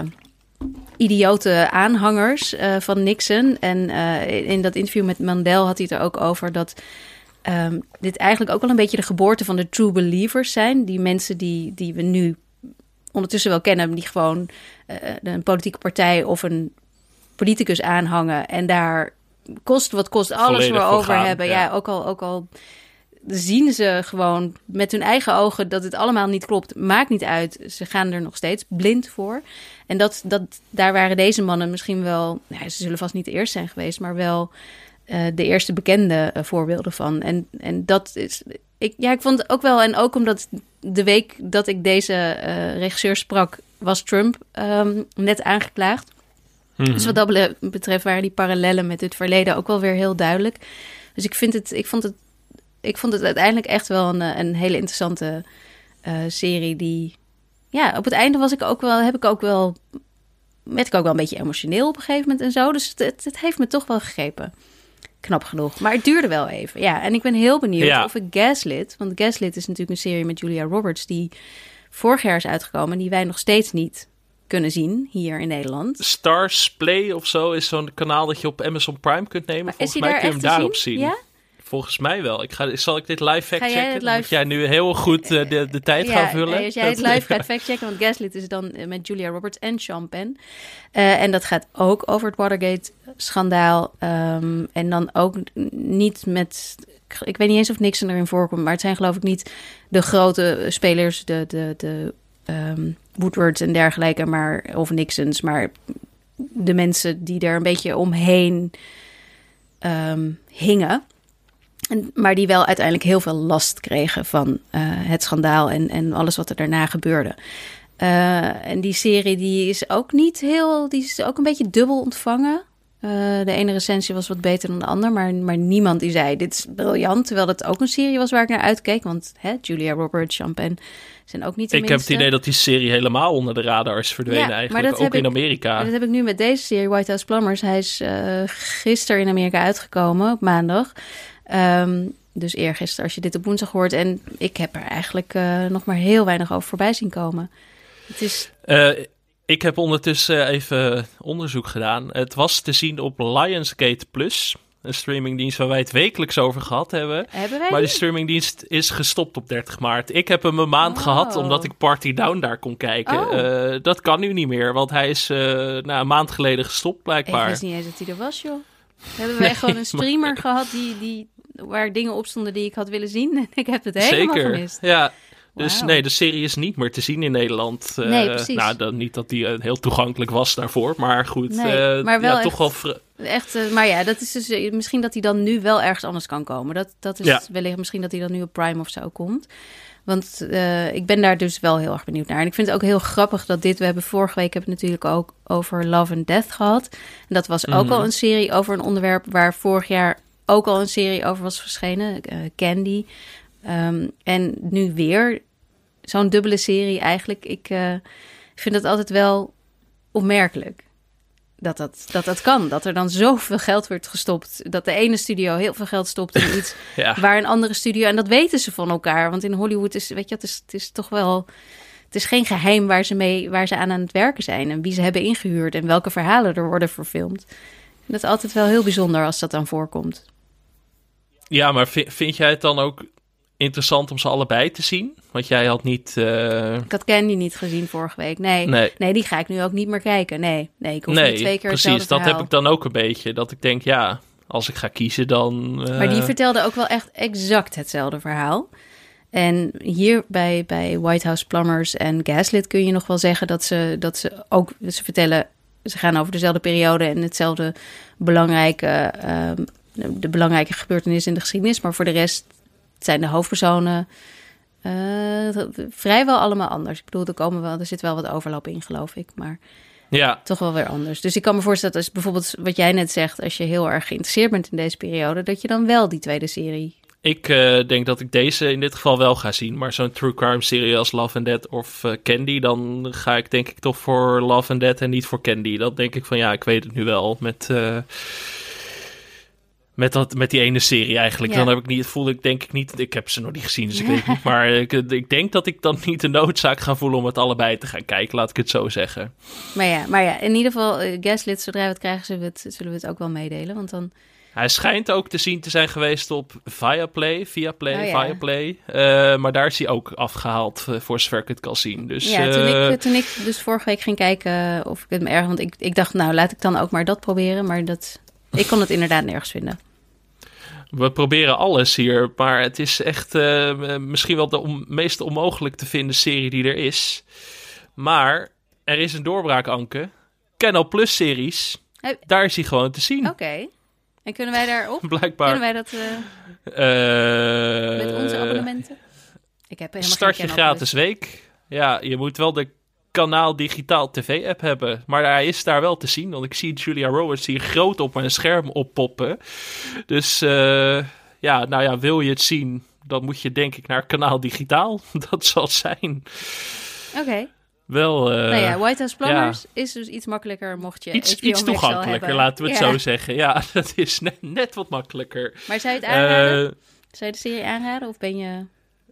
Speaker 2: idiote aanhangers uh, van Nixon. En uh, in dat interview met Mandel had hij het er ook over dat um, dit eigenlijk ook wel een beetje de geboorte van de true believers zijn. Die mensen die, die we nu ondertussen wel kennen, die gewoon uh, een politieke partij of een politicus aanhangen en daar kost wat kost alles voor over gaan, hebben. Ja, ja ook al, ook al zien ze gewoon met hun eigen ogen dat het allemaal niet klopt. Maakt niet uit. Ze gaan er nog steeds blind voor. En dat, dat, daar waren deze mannen misschien wel, nou, ze zullen vast niet de eerste zijn geweest, maar wel uh, de eerste bekende uh, voorbeelden van. En, en dat is, ik, ja, ik vond het ook wel, en ook omdat de week dat ik deze uh, regisseur sprak, was Trump um, net aangeklaagd. Mm-hmm. Dus wat dat betreft waren die parallellen met het verleden ook wel weer heel duidelijk. Dus ik vind het, ik vond het, ik vond het uiteindelijk echt wel een, een hele interessante uh, serie die, ja, op het einde was ik ook wel, heb ik ook wel, werd ik ook wel een beetje emotioneel op een gegeven moment en zo. Dus het, het, het heeft me toch wel gegrepen. Knap genoeg. Maar het duurde wel even. Ja, en ik ben heel benieuwd ja. of ik Gaslit, want Gaslit is natuurlijk een serie met Julia Roberts die vorig jaar is uitgekomen en die wij nog steeds niet kunnen zien hier in Nederland.
Speaker 1: Stars Play of zo is zo'n kanaal dat je op Amazon Prime kunt nemen.
Speaker 2: Maar
Speaker 1: volgens mij kun je hem daarop zien. zien.
Speaker 2: Ja?
Speaker 1: Volgens mij wel. Ik ga, zal ik dit live fact-checken?
Speaker 2: Live...
Speaker 1: Dan moet jij nu heel goed uh, de, de tijd
Speaker 2: ja,
Speaker 1: gaan vullen.
Speaker 2: Als jij het live gaat fact-checken, want Gaslit is dan met Julia Roberts en Sean Penn. Uh, en dat gaat ook over het Watergate-schandaal. Um, en dan ook niet met, ik weet niet eens of Nixon erin voorkomt, maar het zijn geloof ik niet de grote spelers, de, de, de um, Woodwards en dergelijke, maar, of Nixons, maar de mensen die er een beetje omheen um, hingen. En, maar die wel uiteindelijk heel veel last kregen van uh, het schandaal en, en alles wat er daarna gebeurde. Uh, en die serie die is ook niet heel... Die is ook een beetje dubbel ontvangen. Uh, de ene recensie was wat beter dan de ander. Maar, maar niemand die zei, dit is briljant. Terwijl het ook een serie was waar ik naar uitkeek. Want hè, Julia Roberts, Sean Penn zijn ook niet de
Speaker 1: Ik
Speaker 2: minste.
Speaker 1: heb het idee dat die serie helemaal onder de radar is verdwenen
Speaker 2: Ja,
Speaker 1: eigenlijk.
Speaker 2: dat
Speaker 1: Ook
Speaker 2: heb
Speaker 1: in
Speaker 2: ik-
Speaker 1: Amerika.
Speaker 2: Dat heb ik nu met deze serie, White House Plumbers. Hij is uh, gisteren in Amerika uitgekomen, op maandag. Um, dus eergisteren als je dit op woensdag hoort. En ik heb er eigenlijk uh, nog maar heel weinig over voorbij zien komen. Het is...
Speaker 1: Uh, ik heb ondertussen even onderzoek gedaan. Het was te zien op Lionsgate Plus. Een streamingdienst waar wij het wekelijks over gehad hebben.
Speaker 2: Hebben wij
Speaker 1: Maar die
Speaker 2: die?
Speaker 1: streamingdienst is gestopt op dertig maart. Ik heb hem een maand
Speaker 2: Oh.
Speaker 1: gehad omdat ik Party Down daar kon kijken.
Speaker 2: Oh.
Speaker 1: Uh, dat kan nu niet meer, want hij is uh, nou, een maand geleden gestopt
Speaker 2: Ik
Speaker 1: blijkbaar.
Speaker 2: wist niet eens dat hij er was, joh. Hebben wij gewoon een streamer
Speaker 1: maar-
Speaker 2: gehad die, die, waar dingen op stonden die ik had willen zien. En ik heb het helemaal
Speaker 1: Zeker,
Speaker 2: gemist.
Speaker 1: ja. Dus
Speaker 2: Wauw.
Speaker 1: nee, de serie is niet meer te zien in Nederland. Uh,
Speaker 2: Nee, precies.
Speaker 1: Nou, dan, niet dat die uh, heel toegankelijk was daarvoor, maar goed.
Speaker 2: Nee,
Speaker 1: uh,
Speaker 2: maar wel
Speaker 1: ja,
Speaker 2: echt-
Speaker 1: toch wel... vr-
Speaker 2: Echt, uh, maar ja, dat is dus uh, misschien dat hij dan nu wel ergens anders kan komen. Dat, dat is
Speaker 1: Ja.
Speaker 2: wellicht misschien dat hij dan nu op Prime of zo komt. Want uh, ik ben daar dus wel heel erg benieuwd naar. En ik vind het ook heel grappig dat dit... We hebben vorige week hebben het natuurlijk ook over Love and Death gehad. En dat was ook
Speaker 1: Mhm.
Speaker 2: al een serie over een onderwerp... waar vorig jaar ook al een serie over was verschenen. Uh, Candy. Um, en nu weer zo'n dubbele serie eigenlijk. Ik uh, vind dat altijd wel opmerkelijk. Dat dat, dat dat kan. Dat er dan zoveel geld wordt gestopt. Dat de ene studio heel veel geld stopt in iets
Speaker 1: Ja.
Speaker 2: waar een andere studio... En dat weten ze van elkaar. Want in Hollywood is, weet je, het is, het is toch wel... Het is geen geheim waar ze, mee, waar ze aan aan het werken zijn. En wie ze hebben ingehuurd. En welke verhalen er worden verfilmd. En dat is altijd wel heel bijzonder als dat dan voorkomt.
Speaker 1: Ja, maar vind, vind jij het dan ook interessant om ze allebei te zien? Want jij had niet... uh,
Speaker 2: Ik had Candy niet gezien vorige week. Nee,
Speaker 1: Nee.
Speaker 2: nee die ga ik nu ook niet meer kijken. Nee, nee ik hoef niet
Speaker 1: Nee,
Speaker 2: twee keer
Speaker 1: precies.
Speaker 2: hetzelfde
Speaker 1: Dat
Speaker 2: verhaal.
Speaker 1: heb ik dan ook een beetje. Dat ik denk, ja, als ik ga kiezen dan... uh,
Speaker 2: Maar die vertelde ook wel echt exact hetzelfde verhaal. En hier bij, bij White House Plumbers en Gaslit kun je nog wel zeggen dat ze, dat ze ook... Ze vertellen, ze gaan over dezelfde periode en hetzelfde belangrijke... Um, de belangrijke gebeurtenissen in de geschiedenis. Maar voor de rest zijn de hoofdpersonen uh, vrijwel allemaal anders. Ik bedoel, er, komen wel, er zit wel wat overlap in, geloof ik. Maar
Speaker 1: Ja,
Speaker 2: toch wel weer anders. Dus ik kan me voorstellen dat als bijvoorbeeld wat jij net zegt... als je heel erg geïnteresseerd bent in deze periode... dat je dan wel die tweede serie...
Speaker 1: ik uh, denk dat ik deze in dit geval wel ga zien. Maar zo'n true crime serie als Love and Death of uh, Candy... dan ga ik denk ik toch voor Love and Death en niet voor Candy. Dat denk ik van, ja, ik weet het nu wel. Met... Uh, Met, dat, met die ene serie eigenlijk.
Speaker 2: Ja.
Speaker 1: Dan heb ik niet, voel ik denk ik niet... Ik heb ze nog niet gezien, dus ik weet niet. Maar ik, ik denk dat ik dan niet de noodzaak ga voelen om het allebei te gaan kijken. Laat ik het zo zeggen.
Speaker 2: Maar ja, maar ja in ieder geval, uh, Gaslit, zodra we het krijgen, zullen we het, zullen we het ook wel meedelen. Want dan...
Speaker 1: Hij schijnt ook te zien te zijn geweest op Viaplay. Viaplay,
Speaker 2: Oh ja.
Speaker 1: Viaplay. Uh, maar daar is hij ook afgehaald, uh, voor zover ik het kan zien. Dus,
Speaker 2: Ja, toen,
Speaker 1: uh,
Speaker 2: ik, toen ik dus vorige week ging kijken of ik het me erg... Want ik, ik dacht, nou, laat ik dan ook maar dat proberen. Maar dat, ik kon het inderdaad nergens vinden.
Speaker 1: We proberen alles hier, maar het is echt uh, misschien wel de on- meest onmogelijk te vinden serie die er is. Maar er is een doorbraak, Anke. Canal Plus series,
Speaker 2: Hey.
Speaker 1: daar is hij gewoon te zien.
Speaker 2: Oké. Okay. En kunnen wij daarop?
Speaker 1: Blijkbaar.
Speaker 2: Kunnen wij dat uh,
Speaker 1: uh,
Speaker 2: met onze abonnementen? Ik heb helemaal
Speaker 1: Start
Speaker 2: geen
Speaker 1: je
Speaker 2: Canal
Speaker 1: gratis
Speaker 2: Plus.
Speaker 1: week. Ja, je moet wel de Kanaal Digitaal T V-app hebben. Maar hij is daar wel te zien. Want ik zie Julia Roberts hier groot op mijn scherm oppoppen. Dus uh, ja, nou ja, wil je het zien... dan moet je denk ik naar Kanaal Digitaal. Dat zal het zijn.
Speaker 2: Oké. Okay.
Speaker 1: Wel... Uh,
Speaker 2: nou ja, White House Plumbers
Speaker 1: ja.
Speaker 2: is dus iets makkelijker mocht je
Speaker 1: Iets,
Speaker 2: H B O
Speaker 1: iets
Speaker 2: Max
Speaker 1: toegankelijker,
Speaker 2: hebben.
Speaker 1: laten we het
Speaker 2: ja.
Speaker 1: zo zeggen. Ja, dat is net, net wat makkelijker.
Speaker 2: Maar zou je het aanraden?
Speaker 1: Uh,
Speaker 2: zou je de serie aanraden of ben je...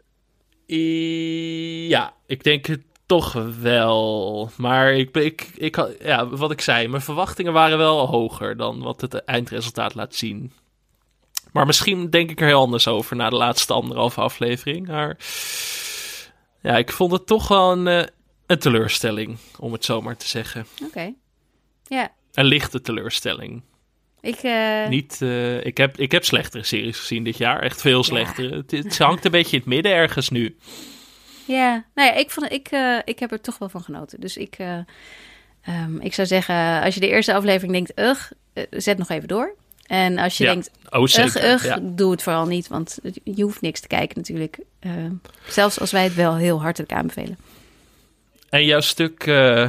Speaker 1: I- ja, ik denk het toch wel. Maar ik, ik, ik, ja, wat ik zei, mijn verwachtingen waren wel hoger dan wat het eindresultaat laat zien. Maar misschien denk ik er heel anders over na de laatste anderhalve aflevering. Maar ja, ik vond het toch wel een, een teleurstelling, om het zo maar te zeggen.
Speaker 2: Oké, okay. Ja.
Speaker 1: Een lichte teleurstelling.
Speaker 2: Ik, uh...
Speaker 1: Niet, uh, ik, heb, ik heb slechtere series gezien dit jaar. Echt veel slechtere. Ja. Het, het hangt een beetje in het midden ergens nu.
Speaker 2: Ja, nou ja, ik, vond, ik, uh, ik heb er toch wel van genoten. Dus ik, uh, um, ik zou zeggen, als je de eerste aflevering denkt, ugh, uh, zet nog even door. En als je
Speaker 1: ja.
Speaker 2: denkt,
Speaker 1: oh, zeker.
Speaker 2: ugh, ugh,
Speaker 1: ja.
Speaker 2: doe het vooral niet. Want je hoeft niks te kijken natuurlijk. Uh, zelfs als wij het wel heel hartelijk aanbevelen.
Speaker 1: En jouw stuk uh,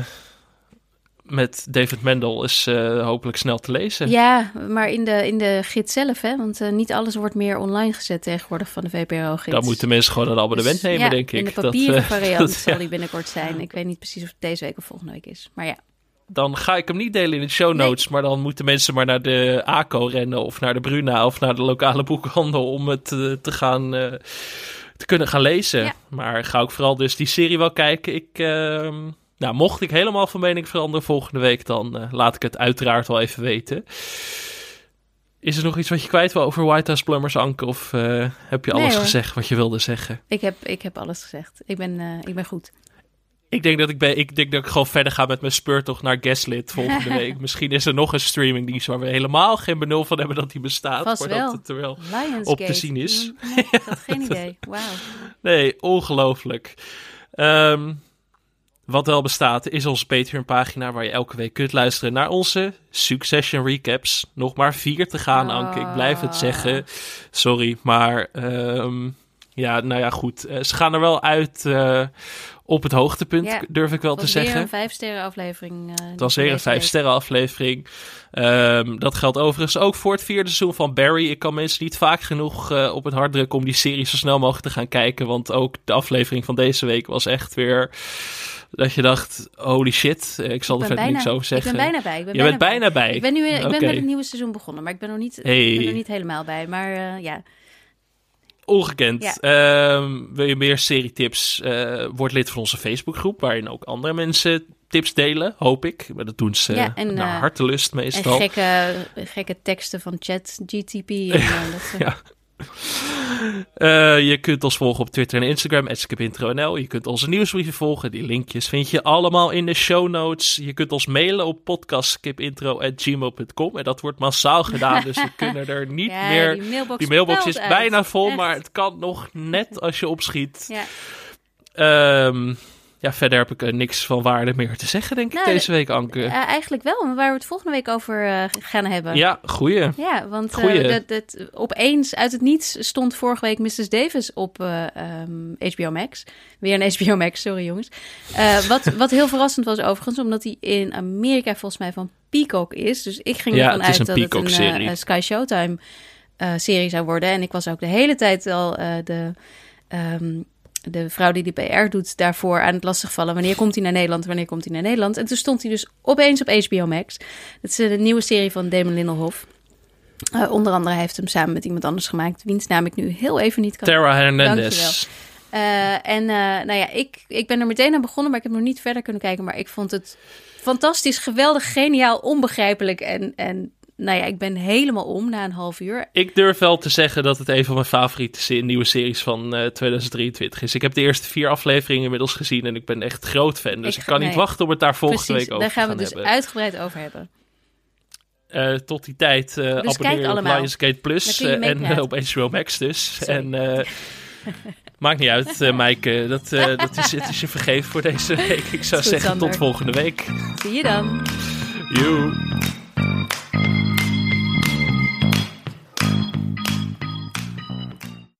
Speaker 1: met David Mendel is uh, hopelijk snel te lezen.
Speaker 2: Ja, maar in de, in de gids zelf, hè? Want uh, niet alles wordt meer online gezet tegenwoordig van de V P R O-gids.
Speaker 1: Dan moeten mensen gewoon een abonnement dus, nemen,
Speaker 2: ja,
Speaker 1: denk ik.
Speaker 2: In de papieren dat, uh, variant dat, zal
Speaker 1: ja.
Speaker 2: die binnenkort zijn. Ik weet niet precies of het deze week of volgende week is. Maar ja.
Speaker 1: Dan ga ik hem niet delen in de show notes, nee. Maar dan moeten mensen maar naar de A C O rennen of naar de Bruna of naar de lokale boekhandel om het uh, te gaan uh, te kunnen gaan lezen. Ja. Maar ga ook vooral dus die serie wel kijken. Ik, uh, nou, mocht ik helemaal van mening veranderen volgende week, dan uh, laat ik het uiteraard wel even weten. Is er nog iets wat je kwijt wil over White House Plumbers, Anke? Of uh, heb je alles nee, gezegd wat je wilde zeggen?
Speaker 2: Ik heb, ik heb alles gezegd. Ik ben, uh, ik ben goed.
Speaker 1: Ik denk, dat ik, ben, ik denk dat ik gewoon verder ga met mijn speurtocht naar Gaslit volgende week. Misschien is er nog een streamingdienst waar we helemaal geen benul van hebben dat die bestaat.
Speaker 2: Vast
Speaker 1: maar
Speaker 2: wel.
Speaker 1: dat het er wel
Speaker 2: Lionsgate.
Speaker 1: op te zien is.
Speaker 2: Mm, nee, ik had geen idee. Wauw.
Speaker 1: Nee, ongelooflijk. Um, wat wel bestaat is onze Patreon-pagina waar je elke week kunt luisteren naar onze Succession recaps. Nog maar vier te gaan, oh. Anke. Ik blijf het zeggen. Sorry, maar um, ja, nou ja, goed. Uh, ze gaan er wel uit... Uh, Op het hoogtepunt, ja, durf ik wel te zeggen. Het
Speaker 2: was weer een vijf-sterren aflevering. Uh,
Speaker 1: het was weer een vijf-sterren aflevering. Um, dat geldt overigens ook voor het vierde seizoen van Barry. Ik kan mensen niet vaak genoeg uh, op het hart drukken om die serie zo snel mogelijk te gaan kijken. Want ook de aflevering van deze week was echt weer... Dat je dacht, holy shit, ik zal ik er verder niks over zeggen.
Speaker 2: Ik ben bijna bij. Ik ben
Speaker 1: je
Speaker 2: bijna
Speaker 1: bent bijna bij.
Speaker 2: bij. Ik ben, nu, ik
Speaker 1: okay.
Speaker 2: ben met het nieuwe seizoen begonnen, maar ik ben nog niet,
Speaker 1: hey.
Speaker 2: ik ben er niet helemaal bij. Maar uh, ja...
Speaker 1: Ongekend. Ja. Um, wil je meer serietips? Uh, word lid van onze Facebookgroep, waarin ook andere mensen tips delen, hoop ik. Maar dat doen ze ja, en, naar uh, hartelust meestal.
Speaker 2: En gekke, gekke teksten van Chat G T P. En, uh, dat soort...
Speaker 1: ja. Uh, je kunt ons volgen op Twitter en Instagram, at skip intro n l. Je kunt onze nieuwsbrieven volgen. Die linkjes vind je allemaal in de show notes. Je kunt ons mailen op podcast skip intro at gmail dot com. En dat wordt massaal gedaan, dus we kunnen er niet
Speaker 2: ja,
Speaker 1: meer...
Speaker 2: Die mailbox,
Speaker 1: die mailbox is
Speaker 2: uit.
Speaker 1: bijna vol,
Speaker 2: Echt.
Speaker 1: Maar het kan nog net als je opschiet.
Speaker 2: Ja.
Speaker 1: Um, ja, verder heb ik uh, niks van waarde meer te zeggen, denk
Speaker 2: nou,
Speaker 1: ik, deze week, Anke.
Speaker 2: Uh, eigenlijk wel, maar waar we het volgende week over uh, gaan hebben.
Speaker 1: Ja, goeie.
Speaker 2: Ja, want
Speaker 1: goeie.
Speaker 2: Uh, dat, dat, opeens uit het niets stond vorige week missus Davis op uh, um, H B O Max. Weer een H B O Max, sorry jongens. Uh, wat, wat heel verrassend was overigens, omdat hij in Amerika volgens mij van Peacock is. Dus ik ging
Speaker 1: ja,
Speaker 2: ervan
Speaker 1: het
Speaker 2: uit dat het een
Speaker 1: serie.
Speaker 2: uh, Sky Showtime uh, serie zou worden. En ik was ook de hele tijd al uh, de... Um, de vrouw die de P R doet daarvoor aan het lastigvallen. Wanneer komt hij naar Nederland? Wanneer komt hij naar Nederland? En toen stond hij dus opeens op H B O Max. Dat is een nieuwe serie van Damon Lindelhoff. Uh, onder andere hij heeft hem samen met iemand anders gemaakt. Wiens naam ik nu heel even niet kan...
Speaker 1: Tara Hernandez.
Speaker 2: Uh, en uh, nou ja, ik, ik ben er meteen aan begonnen, maar ik heb nog niet verder kunnen kijken. Maar ik vond het fantastisch, geweldig, geniaal, onbegrijpelijk en... en nou ja, ik ben helemaal om na een half uur.
Speaker 1: Ik durf wel te zeggen dat het een van mijn favoriete nieuwe series van uh, tweeduizend drieëntwintig is. Ik heb de eerste vier afleveringen inmiddels gezien en ik ben echt groot fan. Dus ik, ik kan nee. niet wachten om het daar volgende
Speaker 2: Precies,
Speaker 1: week over te gaan hebben.
Speaker 2: Daar gaan we het dus uitgebreid over hebben.
Speaker 1: Uh, tot die tijd uh, dus abonneer je op Lionsgate Plus uh, en uh, op H B O Max dus. Sorry. En uh, maakt niet uit, uh, Maaike. Dat, uh, dat is, het is je vergeven voor deze week. Ik zou
Speaker 2: goed,
Speaker 1: zeggen
Speaker 2: Sander.
Speaker 1: Tot volgende week.
Speaker 2: Zie je dan.
Speaker 1: Joe.